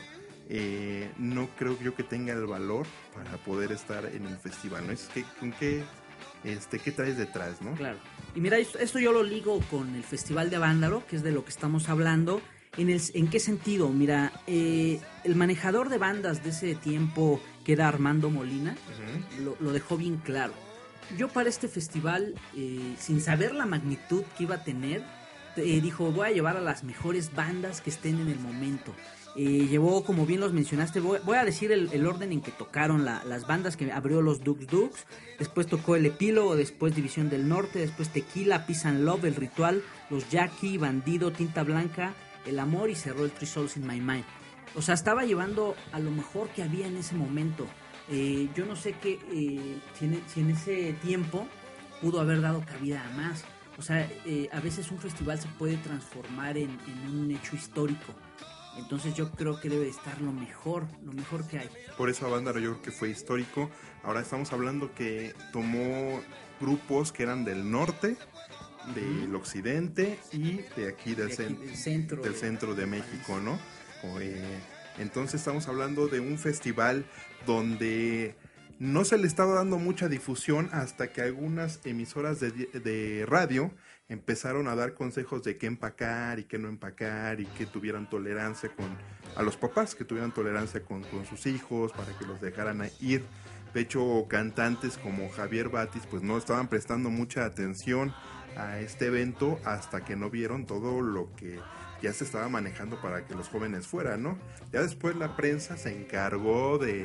no creo yo que tenga el valor para poder estar en el festival, ¿no? Es que con qué traes detrás, ¿no? Claro. Y mira, esto yo lo ligo con el Festival de Avándaro, que es de lo que estamos hablando. ¿En qué sentido? Mira, el manejador de bandas de ese tiempo, que era Armando Molina, lo dejó bien claro. Yo para este festival, sin saber la magnitud que iba a tener, dijo, voy a llevar a las mejores bandas que estén en el momento. Llevó, como bien los mencionaste, voy a decir el orden en que tocaron las bandas, que abrió los Dux, después tocó El Epílogo, después División del Norte, después Tequila, Peace and Love, El Ritual, Los Jackie, Bandido, Tinta Blanca, El Amor, y cerró el Three Souls in My Mind. O sea, estaba llevando a lo mejor que había en ese momento. Yo no sé si en ese tiempo pudo haber dado cabida a más. O sea, a veces un festival se puede transformar en un hecho histórico. Entonces yo creo que debe estar lo mejor que hay. Por eso Avándaro yo creo que fue histórico. Ahora estamos hablando que tomó grupos que eran del norte, del occidente y de aquí del centro de México, ¿no? Entonces estamos hablando de un festival donde no se le estaba dando mucha difusión hasta que algunas emisoras de radio empezaron a dar consejos de qué empacar y qué no empacar, y que tuvieran tolerancia a los papás, que tuvieran tolerancia con sus hijos para que los dejaran ir. De hecho, cantantes como Javier Batis pues no estaban prestando mucha atención a este evento hasta que no vieron todo lo que ya se estaba manejando para que los jóvenes fueran, ¿no? Ya después la prensa se encargó de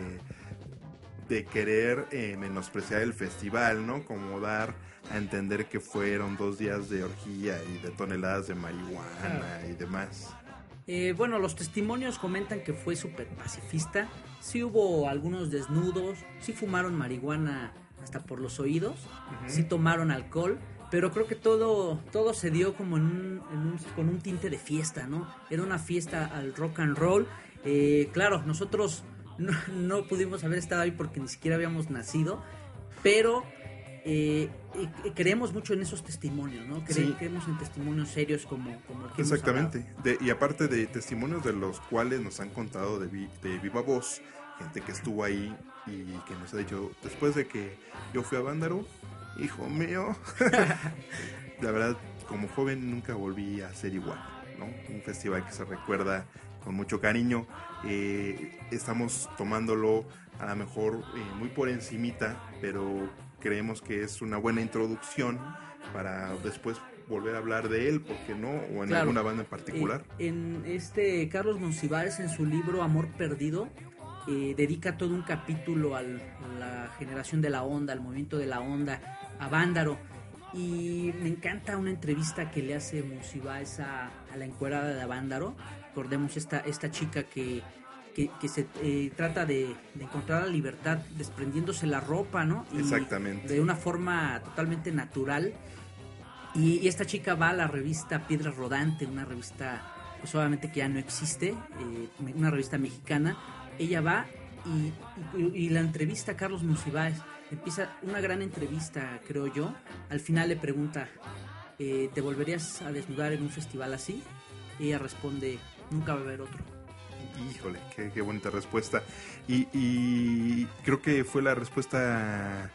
querer menospreciar el festival, ¿no? Como dar a entender que fueron 2 días de orgía y de toneladas de marihuana y demás. Bueno, los testimonios comentan que fue súper pacifista. Sí hubo algunos desnudos, sí fumaron marihuana hasta por los oídos, sí tomaron alcohol, pero creo que todo se dio como con un tinte de fiesta, ¿no? Era una fiesta al rock and roll. Claro, nosotros no pudimos haber estado ahí porque ni siquiera habíamos nacido, pero creemos mucho en esos testimonios, ¿no? Creemos en testimonios serios como el que exactamente. Y aparte de testimonios de los cuales nos han contado de viva voz, gente que estuvo ahí y que nos ha dicho, después de que yo fui a Avándaro, hijo mío, la verdad, como joven nunca volví a ser igual, ¿no? Un festival que se recuerda con mucho cariño. Estamos tomándolo a lo mejor muy por encimita, pero creemos que es una buena introducción para después volver a hablar de él, ¿por qué no? O en alguna banda en particular. En Carlos Monsiváis, en su libro Amor Perdido, dedica todo un capítulo a la generación de la onda, al movimiento de la onda, a Avándaro. Y me encanta una entrevista que le hace Monsiváis a la encuerada de Avándaro. Recordemos esta chica que se trata de encontrar la libertad desprendiéndose la ropa, ¿no? Y exactamente. De una forma totalmente natural. Y esta chica va a la revista Piedra Rodante, una revista pues obviamente que ya no existe, una revista mexicana. Ella va y la entrevista a Carlos Monsiváis. Empieza una gran entrevista, creo yo. Al final le pregunta, ¿te volverías a desnudar en un festival así? Y ella responde, nunca va a haber otro. Híjole, qué bonita respuesta. Y creo que fue la respuesta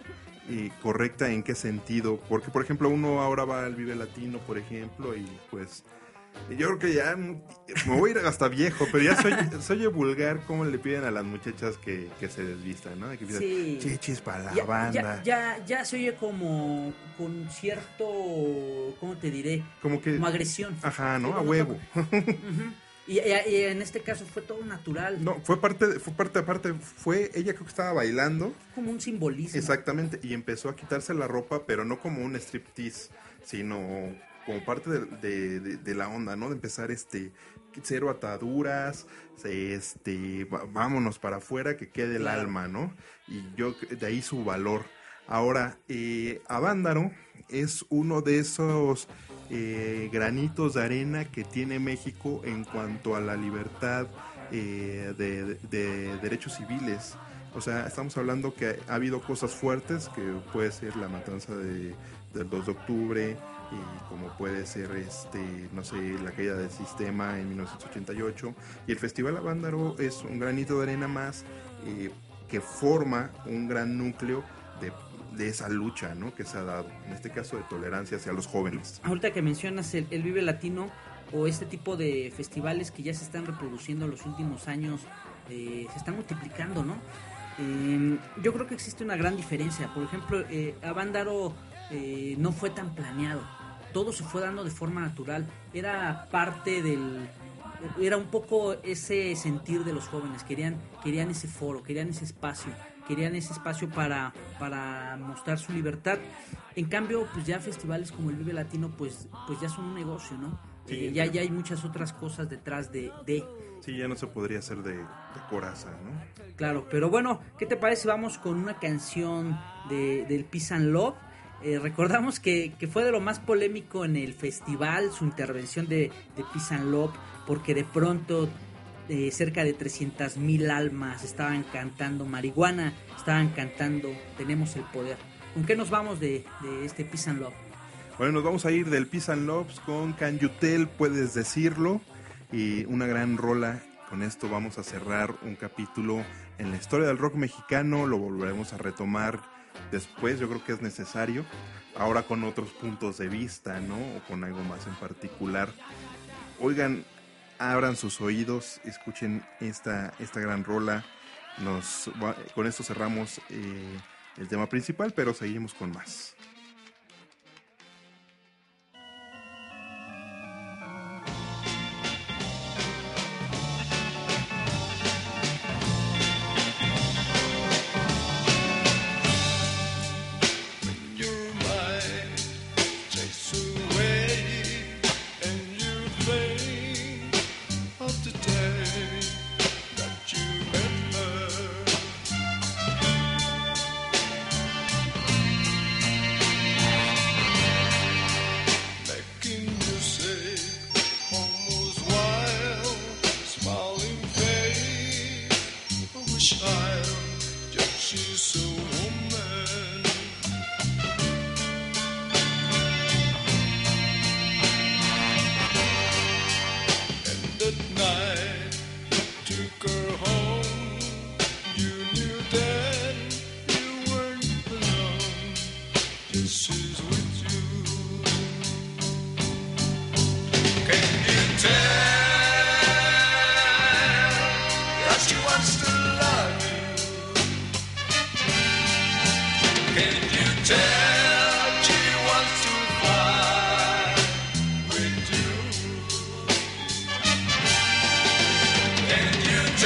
correcta. ¿En qué sentido? Porque, por ejemplo, uno ahora va al Vive Latino, por ejemplo, y pues Yo creo que ya me voy a ir hasta viejo, pero ya soy vulgar como le piden a las muchachas que se desvistan, ¿no? Que piden Sí. chichis para la banda. Ya se oye como con cierto, ¿cómo te diré? Como que... Como agresión. Ajá, ¿no? Sí, A huevo. Ujú. Y en este caso fue todo natural. No, fue parte aparte, ella creo que estaba bailando. Como un simbolismo. Exactamente, y empezó a quitarse la ropa, pero no como un striptease, sino como parte de la onda, ¿no? De empezar cero ataduras, vámonos para afuera, que quede el alma, ¿no? Y de ahí su valor. Ahora, Avándaro es uno de esos granitos de arena que tiene México en cuanto a la libertad de derechos civiles. O sea, estamos hablando que ha habido cosas fuertes, que puede ser la matanza del 2 de octubre, y como puede ser, no sé, la caída del sistema en 1988. Y el Festival Avándaro es un granito de arena más que forma un gran núcleo de esa lucha, ¿no? Que se ha dado, en este caso de tolerancia hacia los jóvenes. Ahorita que mencionas el Vive Latino o este tipo de festivales que ya se están reproduciendo en los últimos años, se están multiplicando, ¿no? Yo creo que existe una gran diferencia. Por ejemplo, Avándaro no fue tan planeado, todo se fue dando de forma natural, era parte era un poco ese sentir de los jóvenes, querían ese foro, querían ese espacio para mostrar su libertad. En cambio, pues ya festivales como el Vive Latino pues ya son un negocio, ¿no? Sí, ya hay muchas otras cosas detrás de. Sí, ya no se podría hacer de coraza, ¿no? Claro, pero bueno, ¿qué te parece? Vamos con una canción del Peace and Love. Recordamos que fue de lo más polémico en el festival, su intervención de Peace and Love, porque de pronto cerca de 300,000 almas estaban cantando marihuana, estaban cantando Tenemos el Poder. ¿Con qué nos vamos de este Peace and Love? Bueno, nos vamos a ir del Peace and Love con Can You Tell, Puedes Decirlo, y una gran rola. Con esto vamos a cerrar un capítulo en la historia del rock mexicano. Lo volveremos a retomar después, yo creo que es necesario, ahora con otros puntos de vista, ¿no? O con algo más en particular. Oigan, abran sus oídos, escuchen esta gran rola. Con esto cerramos el tema principal, pero seguimos con más. Can you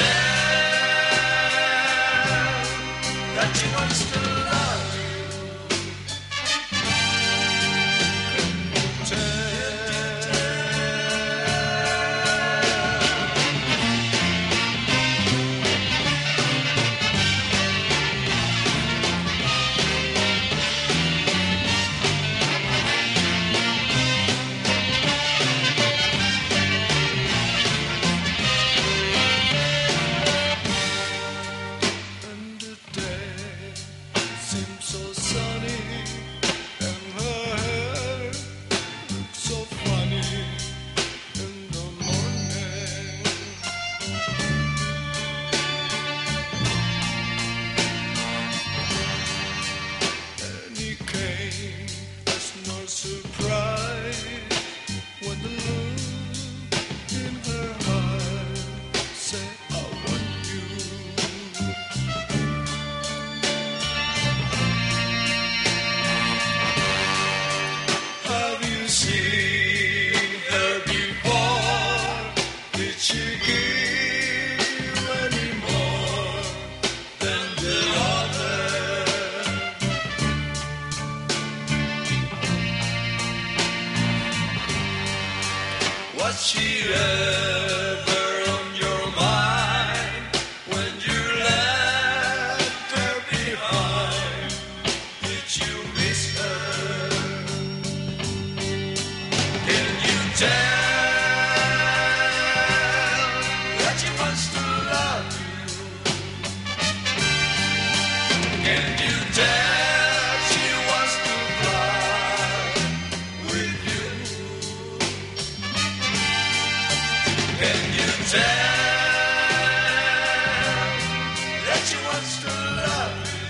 Can you tell she wants to fly with you? Can you tell that she wants to love you?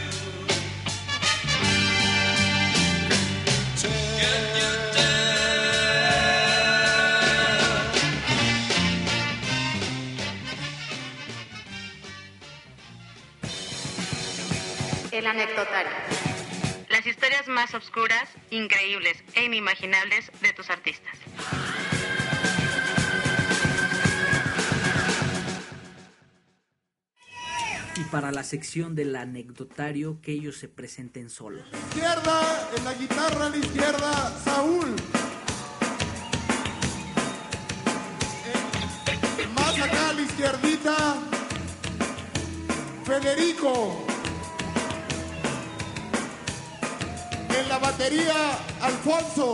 Can you El anecdotario. Las historias más obscuras, increíbles e inimaginables de tus artistas. Y para la sección del anecdotario, que ellos se presenten solos. Izquierda, en la guitarra a la izquierda, Saúl. Más acá a la izquierdita, Federico. En la batería, Alfonso.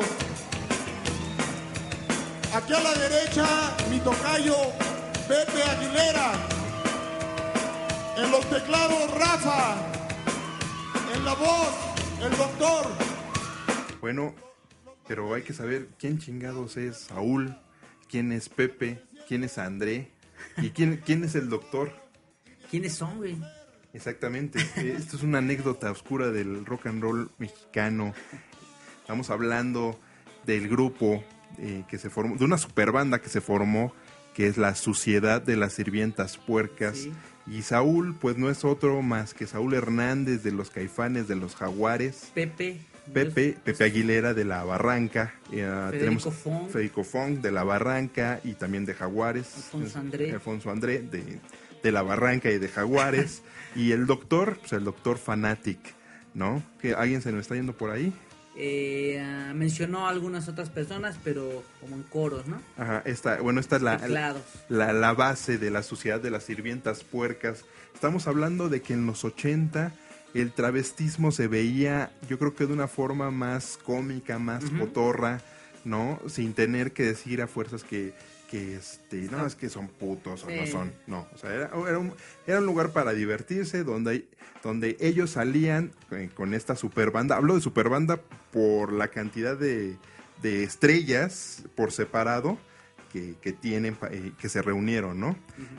Aquí a la derecha, mi tocayo, Pepe Aguilera. En los teclados, Rafa. En la voz, el doctor. Bueno, pero hay que saber quién chingados es Saúl, quién es Pepe, quién es André y quién es el doctor. ¿Quiénes son, güey? Exactamente. Esto es una anécdota oscura del rock and roll mexicano. Estamos hablando del grupo que se formó, de una super banda que se formó, que es la Sociedad de las Sirvientas Puercas. Sí. Y Saúl, pues no es otro más que Saúl Hernández de los Caifanes, de los Jaguares. Pepe Aguilera de la Barranca. Federico Fong de la Barranca y también de Jaguares. Alfonso André de la Barranca y de Jaguares. Y el doctor, pues el doctor Fanatic, ¿no? ¿Que alguien se nos está yendo por ahí? Mencionó a algunas otras personas, pero como en coros, ¿no? Ajá, esta es la base de la Sociedad de las Sirvientas Puercas. Estamos hablando de que en los 80 el travestismo se veía, yo creo que de una forma más cómica, más cotorra, ¿no? Sin tener que decir a fuerzas que no, es que son putos o no son, no, o sea, era un lugar para divertirse donde ellos salían con esta super banda. Hablo de super banda por la cantidad de estrellas por separado que tienen, que se reunieron, ¿no?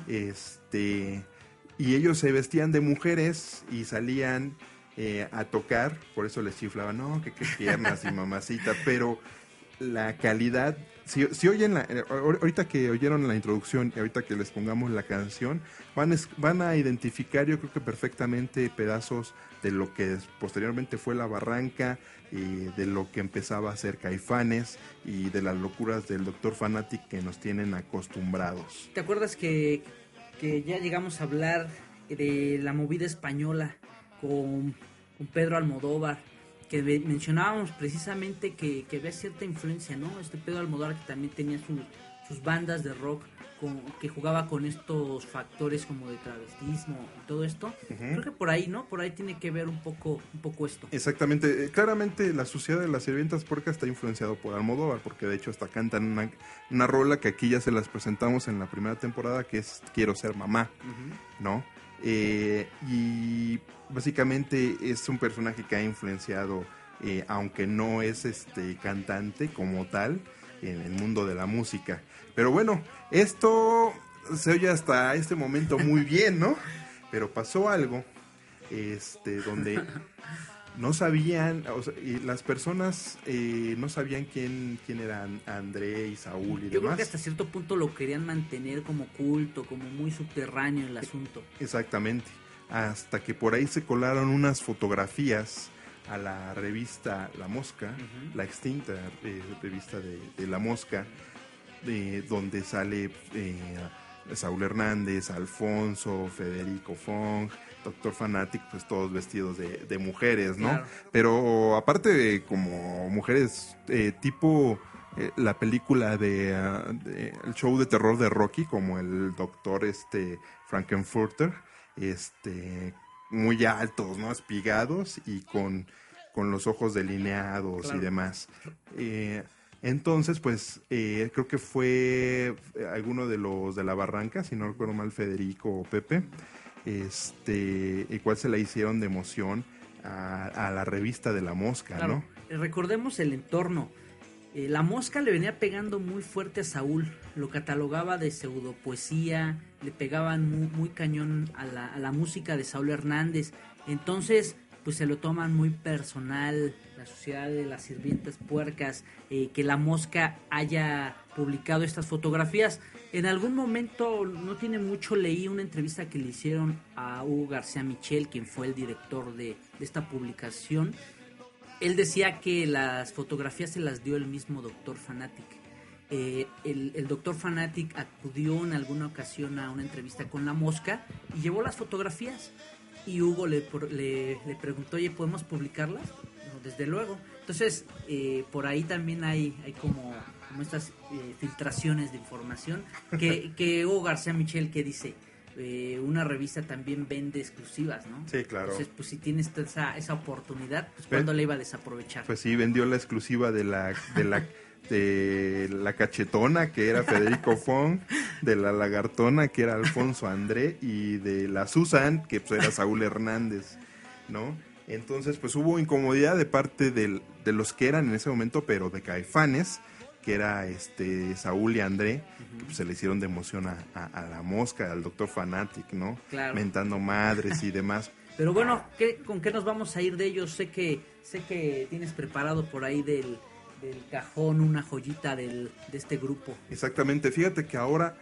Y ellos se vestían de mujeres y salían a tocar, por eso les chiflaban, no, que qué piernas y mamacita, pero la calidad, si oyen ahorita que oyeron la introducción y ahorita que les pongamos la canción, van a identificar, yo creo que perfectamente, pedazos de lo que posteriormente fue La Barranca, y de lo que empezaba a ser Caifanes y de las locuras del Dr. Fanatic que nos tienen acostumbrados. ¿Te acuerdas que ya llegamos a hablar de la movida española con Pedro Almodóvar? Que mencionábamos precisamente que había cierta influencia, ¿no? Pedro Almodóvar, que también tenía sus bandas de rock, que jugaba con estos factores como de travestismo y todo esto. Creo que por ahí, ¿no? Por ahí tiene que ver un poco esto. Exactamente. Claramente la Sociedad de las Sirvientas Puercas está influenciado por Almodóvar, porque de hecho hasta cantan una rola que aquí ya se las presentamos en la primera temporada, que es Quiero ser mamá, ¿no? Y básicamente es un personaje que ha influenciado, aunque no es cantante como tal, en el mundo de la música. Pero bueno, esto se oye hasta este momento muy bien, ¿no? Pero pasó algo, donde no sabían, o sea, y las personas no sabían quién eran André y Saúl y demás. Yo creo que hasta cierto punto lo querían mantener como culto, como muy subterráneo el asunto. Exactamente, hasta que por ahí se colaron unas fotografías a la revista La Mosca, la extinta revista de La Mosca, donde sale Saúl Hernández, Alfonso, Federico Fong, Dr. Fanatic, pues todos vestidos de mujeres, ¿no? Claro. Pero aparte de como mujeres tipo la película de el show de terror de Rocky, como el doctor Frankenfurter, muy altos, ¿no? Espigados y con los ojos delineados, claro, y demás. Entonces, pues, creo que fue alguno de los de La Barranca, si no recuerdo mal, Federico o Pepe, el cual se la hicieron de emoción a la revista de La Mosca, Claro, ¿no? recordemos el entorno. La Mosca le venía pegando muy fuerte a Saúl, lo catalogaba de pseudopoesía, le pegaban muy cañón a la música de Saúl Hernández. Entonces, pues se lo toman muy personal, la Sociedad de las Sirvientas Puercas, que La Mosca haya publicado estas fotografías. En algún momento, no tiene mucho, leí una entrevista que le hicieron a Hugo García Michel, quien fue el director de esta publicación. Él decía que las fotografías se las dio el mismo Dr. Fanatic. El Dr. Fanatic acudió en alguna ocasión a una entrevista con La Mosca y llevó las fotografías. Y Hugo le preguntó, oye, ¿podemos publicarlas? No, desde luego. Entonces, por ahí también hay como estas filtraciones de información que Hugo García Michel, que dice, una revista también vende exclusivas, ¿no? Sí, claro. Entonces, pues si tienes esa oportunidad, pues ¿cuándo la iba a desaprovechar? Pues sí, vendió la exclusiva de la cachetona, que era Federico Fong, de la lagartona, que era Alfonso André, y de la Susan, que pues era Saúl Hernández, ¿no? Entonces, pues hubo incomodidad de parte de los que eran en ese momento, pero de Caifanes, que era Saúl y André, que pues, se le hicieron de emoción a La Mosca, al Dr. Fanatic, ¿no? Claro. Mentando madres y demás. Pero bueno, ¿con qué nos vamos a ir de ellos? Sé que tienes preparado por ahí del cajón una joyita de este grupo. Exactamente, fíjate que ahora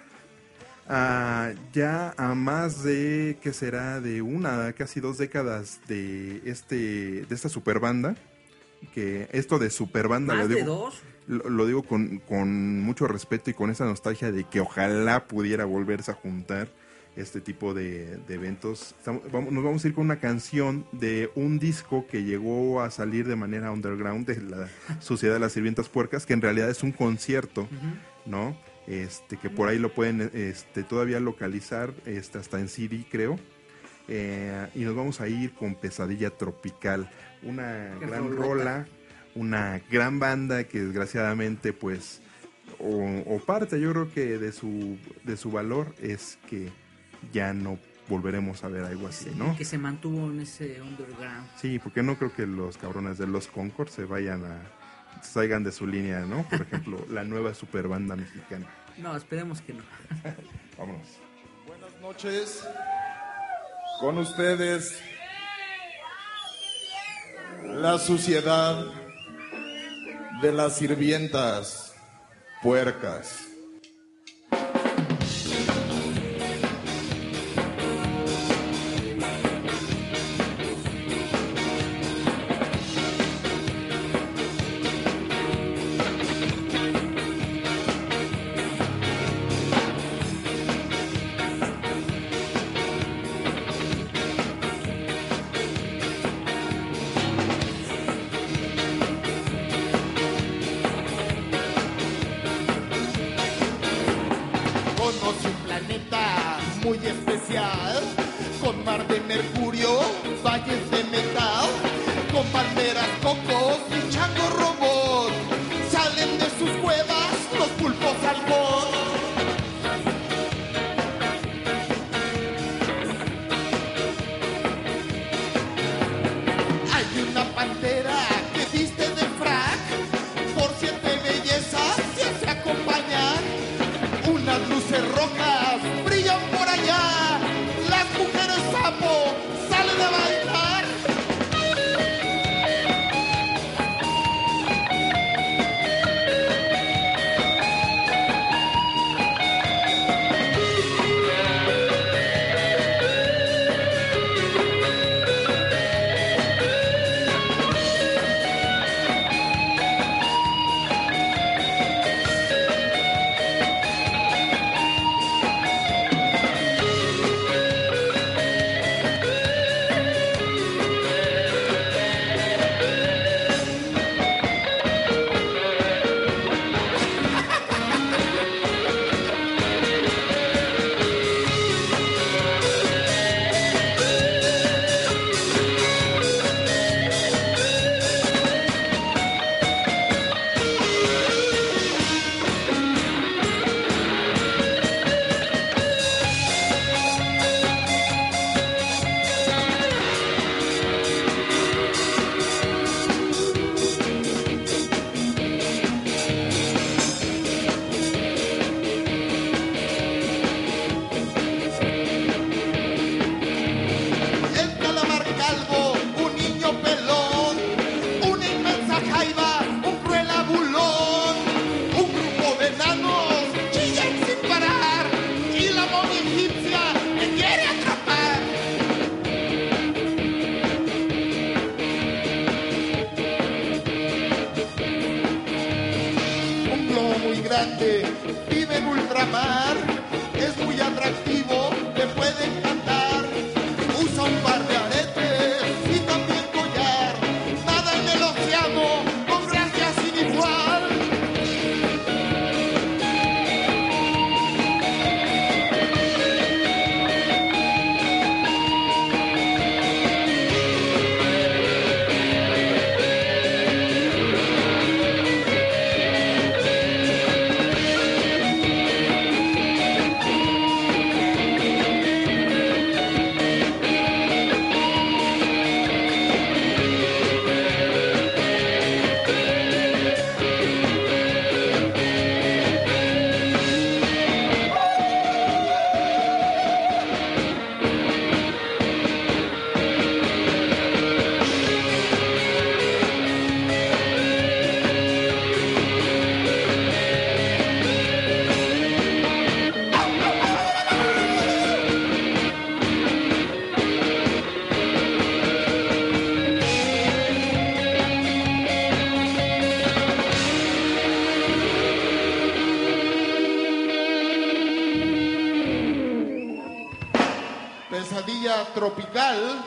ya a más de, ¿qué será? De casi 2 décadas de esta superbanda, que esto de superbanda ¿Más lo de digo, 2? lo digo con mucho respeto y con esa nostalgia de que ojalá pudiera volverse a juntar este tipo de eventos. Nos vamos a ir con una canción de un disco que llegó a salir de manera underground de la Sociedad de las Sirvientas Puercas, que en realidad es un concierto, ¿no? Que por ahí lo pueden todavía localizar, hasta en CD, creo. Y nos vamos a ir con Pesadilla Tropical, una gran rola, una gran banda que desgraciadamente, pues, o parte, yo creo que de su valor es que ya no volveremos a ver algo así, ¿no? Que se mantuvo en ese underground. Sí, porque no creo que los cabrones de los Concord se salgan de su línea, ¿no? Por ejemplo, la nueva superbanda mexicana. No, esperemos que no. Vámonos. Buenas noches. Con ustedes, la Sociedad de las Sirvientas Puercas. Muy especial, con mar de mercurio, valles de metal, con palmeras, cocos y changos robots. Salen de sus cuevas los pulpos halcón. Hay una pantera que viste de frac, por 7 bellezas se hace acompañar. Unas luces rojas brillan por allá, las mujeres sapo salen a bailar. gente vive en ultramar, es muy atractivo, te puede encantar. Usa un par de aretes y también collar, nada en el océano con gracia sin igual. Pesadilla tropical.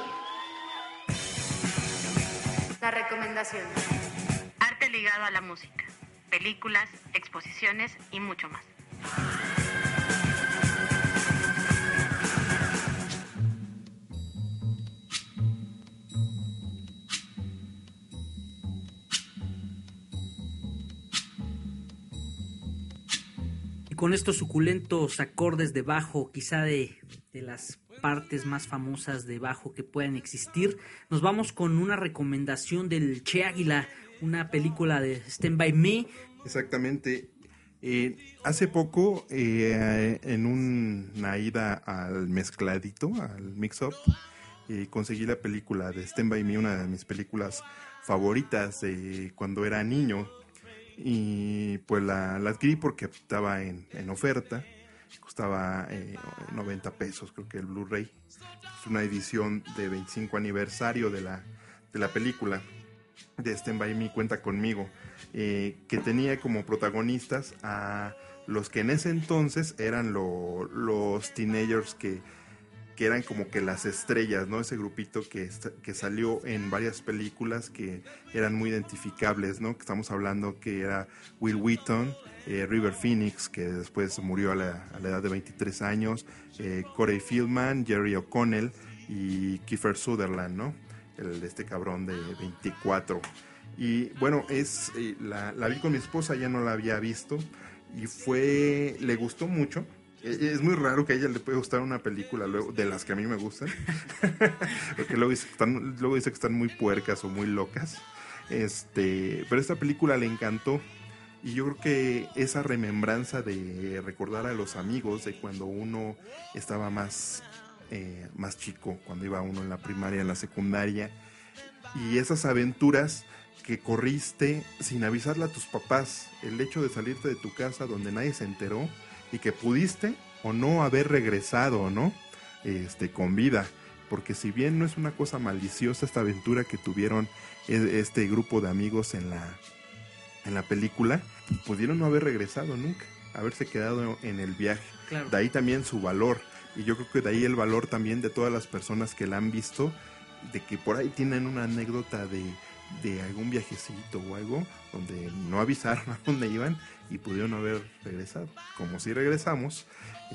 La recomendación. Arte ligado a la música. Películas, exposiciones y mucho más. Y con estos suculentos acordes de bajo, quizá de las partes más famosas de bajo que puedan existir, nos vamos con una recomendación del Che Águila, una película de Stand By Me. Exactamente. Hace poco, en una ida al mezcladito, al mix-up, conseguí la película de Stand By Me, una de mis películas favoritas de cuando era niño. Y pues la adquirí porque estaba en oferta. Costaba 90 pesos, creo que el Blu-ray. Es una edición de 25 aniversario de la película de Stand By Me, Cuenta Conmigo, que tenía como protagonistas a los que en ese entonces eran los teenagers que eran como que las estrellas, ¿no? Ese grupito que salió en varias películas que eran muy identificables, ¿no? Que estamos hablando que era Will Wheaton, River Phoenix, que después murió a la edad de 23 años, Corey Feldman, Jerry O'Connell y Kiefer Sutherland, ¿no? Este cabrón de 24. Y bueno, la vi con mi esposa, ya no la había visto y le gustó mucho. Es muy raro que a ella le pueda gustar una película de las que a mí me gustan, porque luego dice que están muy puercas o muy locas, pero esta película le encantó. Y yo creo que esa remembranza de recordar a los amigos de cuando uno estaba más chico, cuando iba uno en la primaria, en la secundaria, y esas aventuras que corriste sin avisarle a tus papás, el hecho de salirte de tu casa donde nadie se enteró y que pudiste o no haber regresado, ¿no? Con vida, porque si bien no es una cosa maliciosa esta aventura que tuvieron este grupo de amigos en la película, pudieron no haber regresado nunca, haberse quedado en el viaje. Claro. De ahí también su valor, y yo creo que de ahí el valor también de todas las personas que la han visto, de que por ahí tienen una anécdota de algún viajecito o algo donde no avisaron a dónde iban y pudieron haber regresado. Como si regresamos,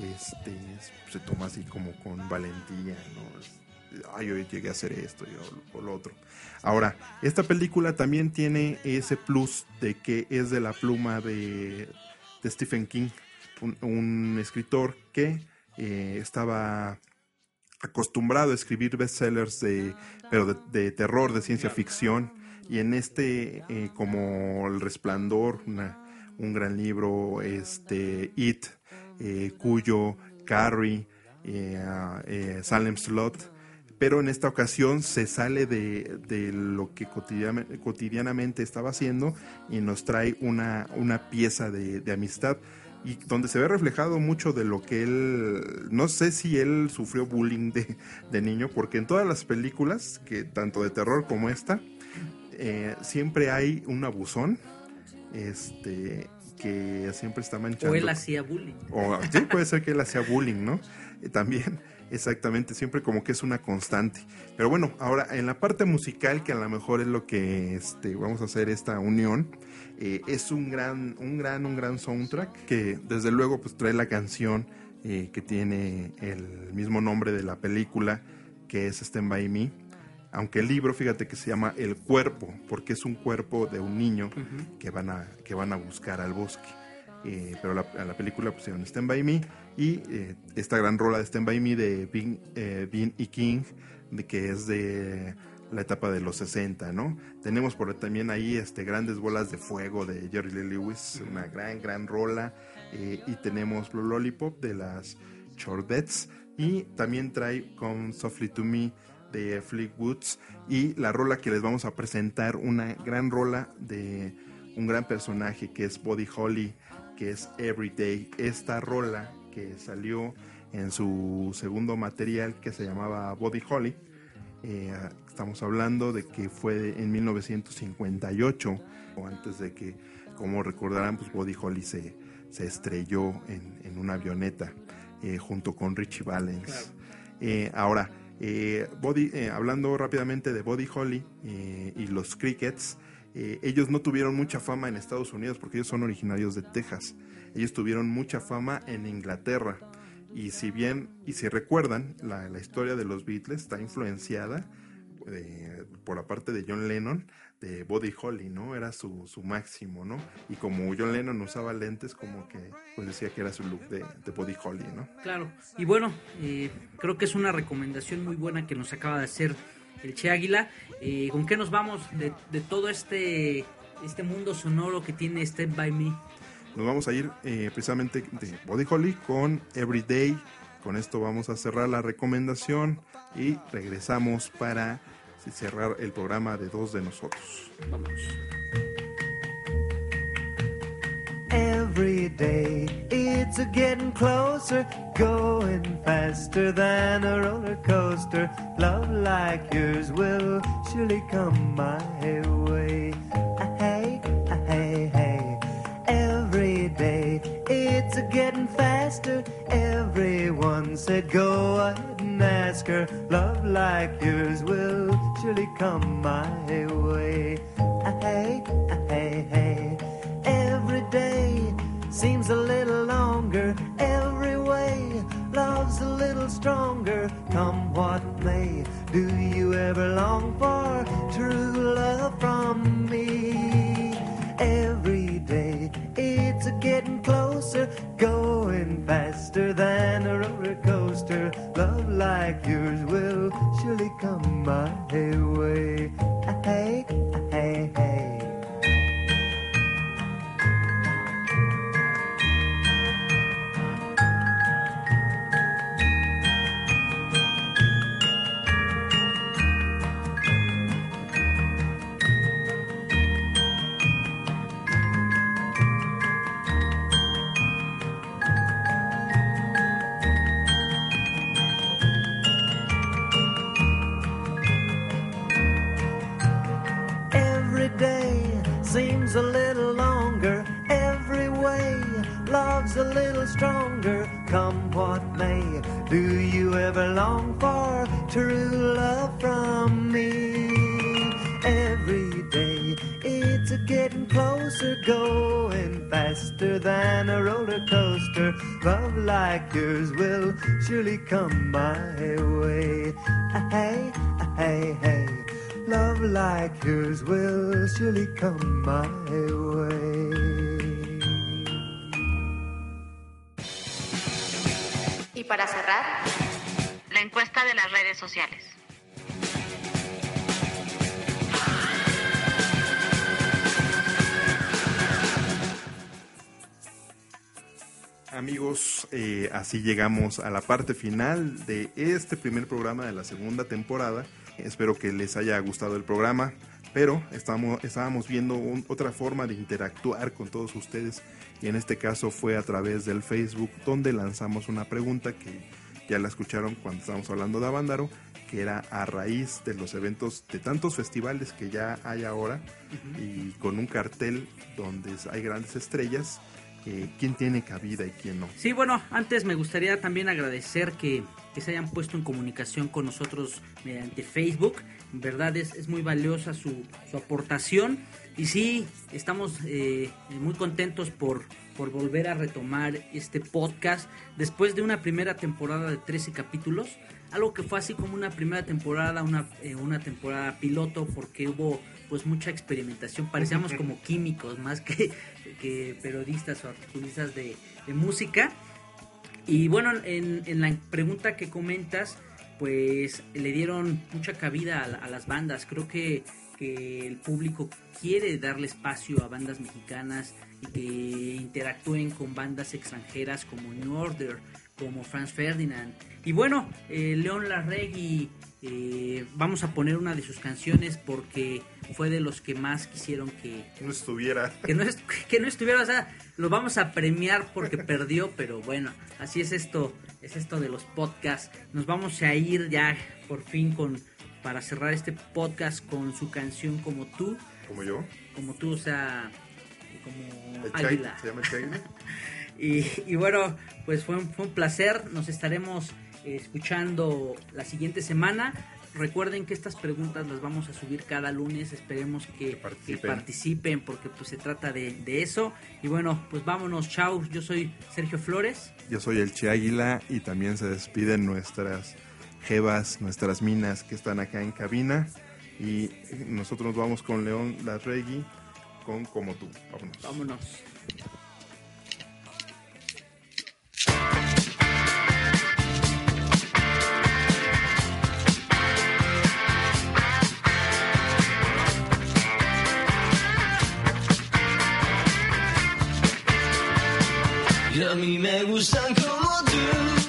se toma así como con valentía, ¿no? Yo llegué a hacer esto o lo otro. Ahora, esta película también tiene ese plus de que es de la pluma de Stephen King, un escritor que estaba acostumbrado a escribir bestsellers pero de terror, de ciencia ficción, y en como El Resplandor, un gran libro, It, Cuyo, Carrie, Salem Slot, pero en esta ocasión se sale de lo que cotidianamente estaba haciendo y nos trae una pieza de amistad, y donde se ve reflejado mucho de lo que él, no sé si él sufrió bullying de niño, porque en todas las películas, que tanto de terror como esta, siempre hay un abusón, que siempre está manchando. O él hacía bullying. O sí, puede ser que él hacía bullying, ¿no? También, exactamente, siempre como que es una constante. Pero bueno, ahora en la parte musical, que a lo mejor es lo que vamos a hacer esta unión, es un gran soundtrack que desde luego pues trae la canción que tiene el mismo nombre de la película, que es Stand By Me. Aunque el libro, fíjate que se llama El Cuerpo, porque es un cuerpo de un niño que van a buscar al bosque. Pero a la película pusieron Stand By Me, y esta gran rola de Stand By Me de Bean y King, que es de la etapa de los 60, ¿no? Tenemos también ahí grandes bolas de fuego de Jerry Lee Lewis, una gran rola, y tenemos Blue Lollipop de las Chordettes, y también trae Come Softly to Me de Fleetwoods, y la rola que les vamos a presentar, una gran rola de un gran personaje que es Buddy Holly, que es Everyday. Esta rola que salió en su segundo material, que se llamaba Buddy Holly, estamos hablando de que fue en 1958, o antes de que, como recordarán, pues Buddy Holly se estrelló en una avioneta junto con Richie Valens. Claro. Ahora, hablando rápidamente de Buddy Holly y los Crickets, ellos no tuvieron mucha fama en Estados Unidos porque ellos son originarios de Texas. Ellos tuvieron mucha fama en Inglaterra, y si recuerdan, la historia de los Beatles está influenciada por la parte de John Lennon, de Buddy Holly, ¿no? Era su máximo, ¿no? Y como John Lennon usaba lentes, como que pues decía que era su look de Buddy Holly, ¿no? Claro, y bueno, creo que es una recomendación muy buena que nos acaba de hacer el Che Águila. ¿Con qué nos vamos de todo este mundo sonoro que tiene Stand By Me? Nos vamos a ir precisamente de Buddy Holly con Everyday. Con esto vamos a cerrar la recomendación y regresamos para cerrar el programa de Dos de Nosotros. Vamos. Every day it's a getting closer, going faster than a roller coaster. Love like yours will surely come my way. Hey, hey, hey. Every day it's a getting faster. Everyone said go ahead and ask her. Love like yours will surely come my way. Hey, hey, hey. Every day seems a little longer. Every way love's a little stronger. Come what may, do you ever long for true love from me? Every day it's a getting closer, going faster than a roller coaster. Love like yours will surely come my way. Hey, hey, hey. Seems a little longer, every way love's a little stronger. Come what may, do you ever long for true love from me? Every day it's a getting closer, going faster than a roller coaster. Love like yours will surely come my way. Hey, hey, hey. Love like yours will surely come my way. Y para cerrar, la encuesta de las redes sociales. Amigos, así llegamos a la parte final de este primer programa de la segunda temporada. Espero que les haya gustado el programa, pero estábamos viendo otra forma de interactuar con todos ustedes, y en este caso fue a través del Facebook, donde lanzamos una pregunta que ya la escucharon cuando estábamos hablando de Avándaro, que era a raíz de los eventos, de tantos festivales que ya hay ahora, y con un cartel donde hay grandes estrellas, quién tiene cabida y quién no. Sí, bueno, antes me gustaría también agradecer que se hayan puesto en comunicación con nosotros mediante Facebook. En verdad es muy valiosa su aportación, y sí, estamos muy contentos por volver a retomar este podcast después de una primera temporada de 13 capítulos, algo que fue así como una primera temporada, una temporada piloto, porque hubo pues mucha experimentación, parecíamos como químicos más que periodistas o articulistas de música. Y bueno, en la pregunta que comentas, pues le dieron mucha cabida a las bandas. Creo que el público quiere darle espacio a bandas mexicanas y que interactúen con bandas extranjeras como New Order, como Franz Ferdinand. Y bueno, León Larregui, vamos a poner una de sus canciones porque fue de los que más quisieron que no estuviera. Que no estuviera, o sea, lo vamos a premiar porque perdió, pero bueno, así es esto de los podcasts. Nos vamos a ir ya por fin para cerrar este podcast con su canción Como Tú. ¿Como yo? Como tú, o sea, como el Águila. ¿Se llama el Chai? Y bueno, pues fue un placer. Nos estaremos escuchando la siguiente semana. Recuerden que estas preguntas las vamos a subir cada lunes. Esperemos que participen porque pues se trata de eso. Y bueno, pues vámonos, chao. Yo soy Sergio Flores. Yo soy el Che Águila, y también se despiden nuestras jevas, nuestras minas que están acá en cabina, y nosotros nos vamos con León Larregui con Como Tú. Vámonos. Y a mí me gustan como tú,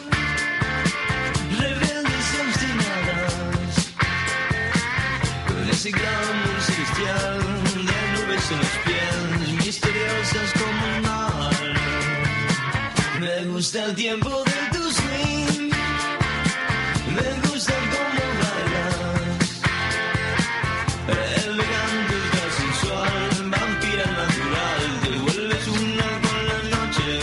rebeldes y obstinadas, con ese glamour celestial de nubes en los pies, misteriosas como el mar. Me gusta el tiempo de tu swing, me gusta cómo bailas, elegante, sensual, vampira natural, te vuelves una con la noche.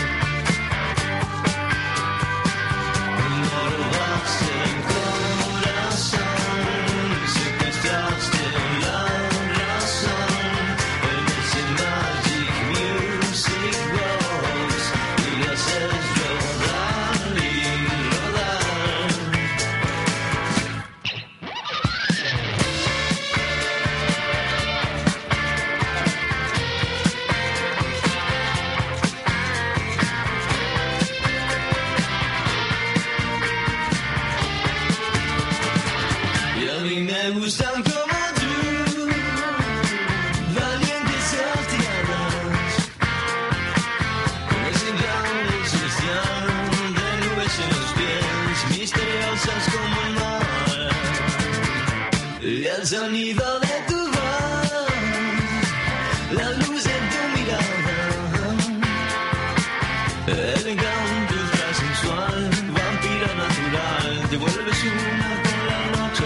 Me gustan como tú, valientes y altiadas, con ese glamour celestial de nubes en los pies, misteriosas como el mar. Y el sonido de tu voz, la luz de tu mirada, elegante, sensual, vampira natural, te vuelves una con la noche.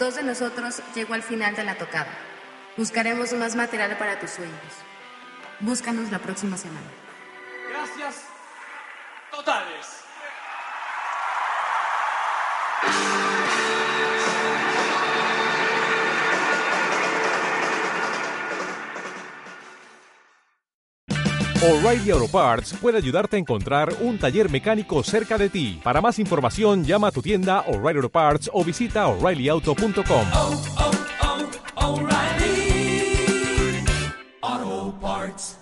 dos de nosotros llegó al final de la tocada. Buscaremos más material para tus sueños. Búscanos la próxima semana. Gracias totales. O'Reilly Auto Parts puede ayudarte a encontrar un taller mecánico cerca de ti. Para más información, llama a tu tienda O'Reilly Auto Parts o visita O'ReillyAuto.com. O'Reilly Auto Parts.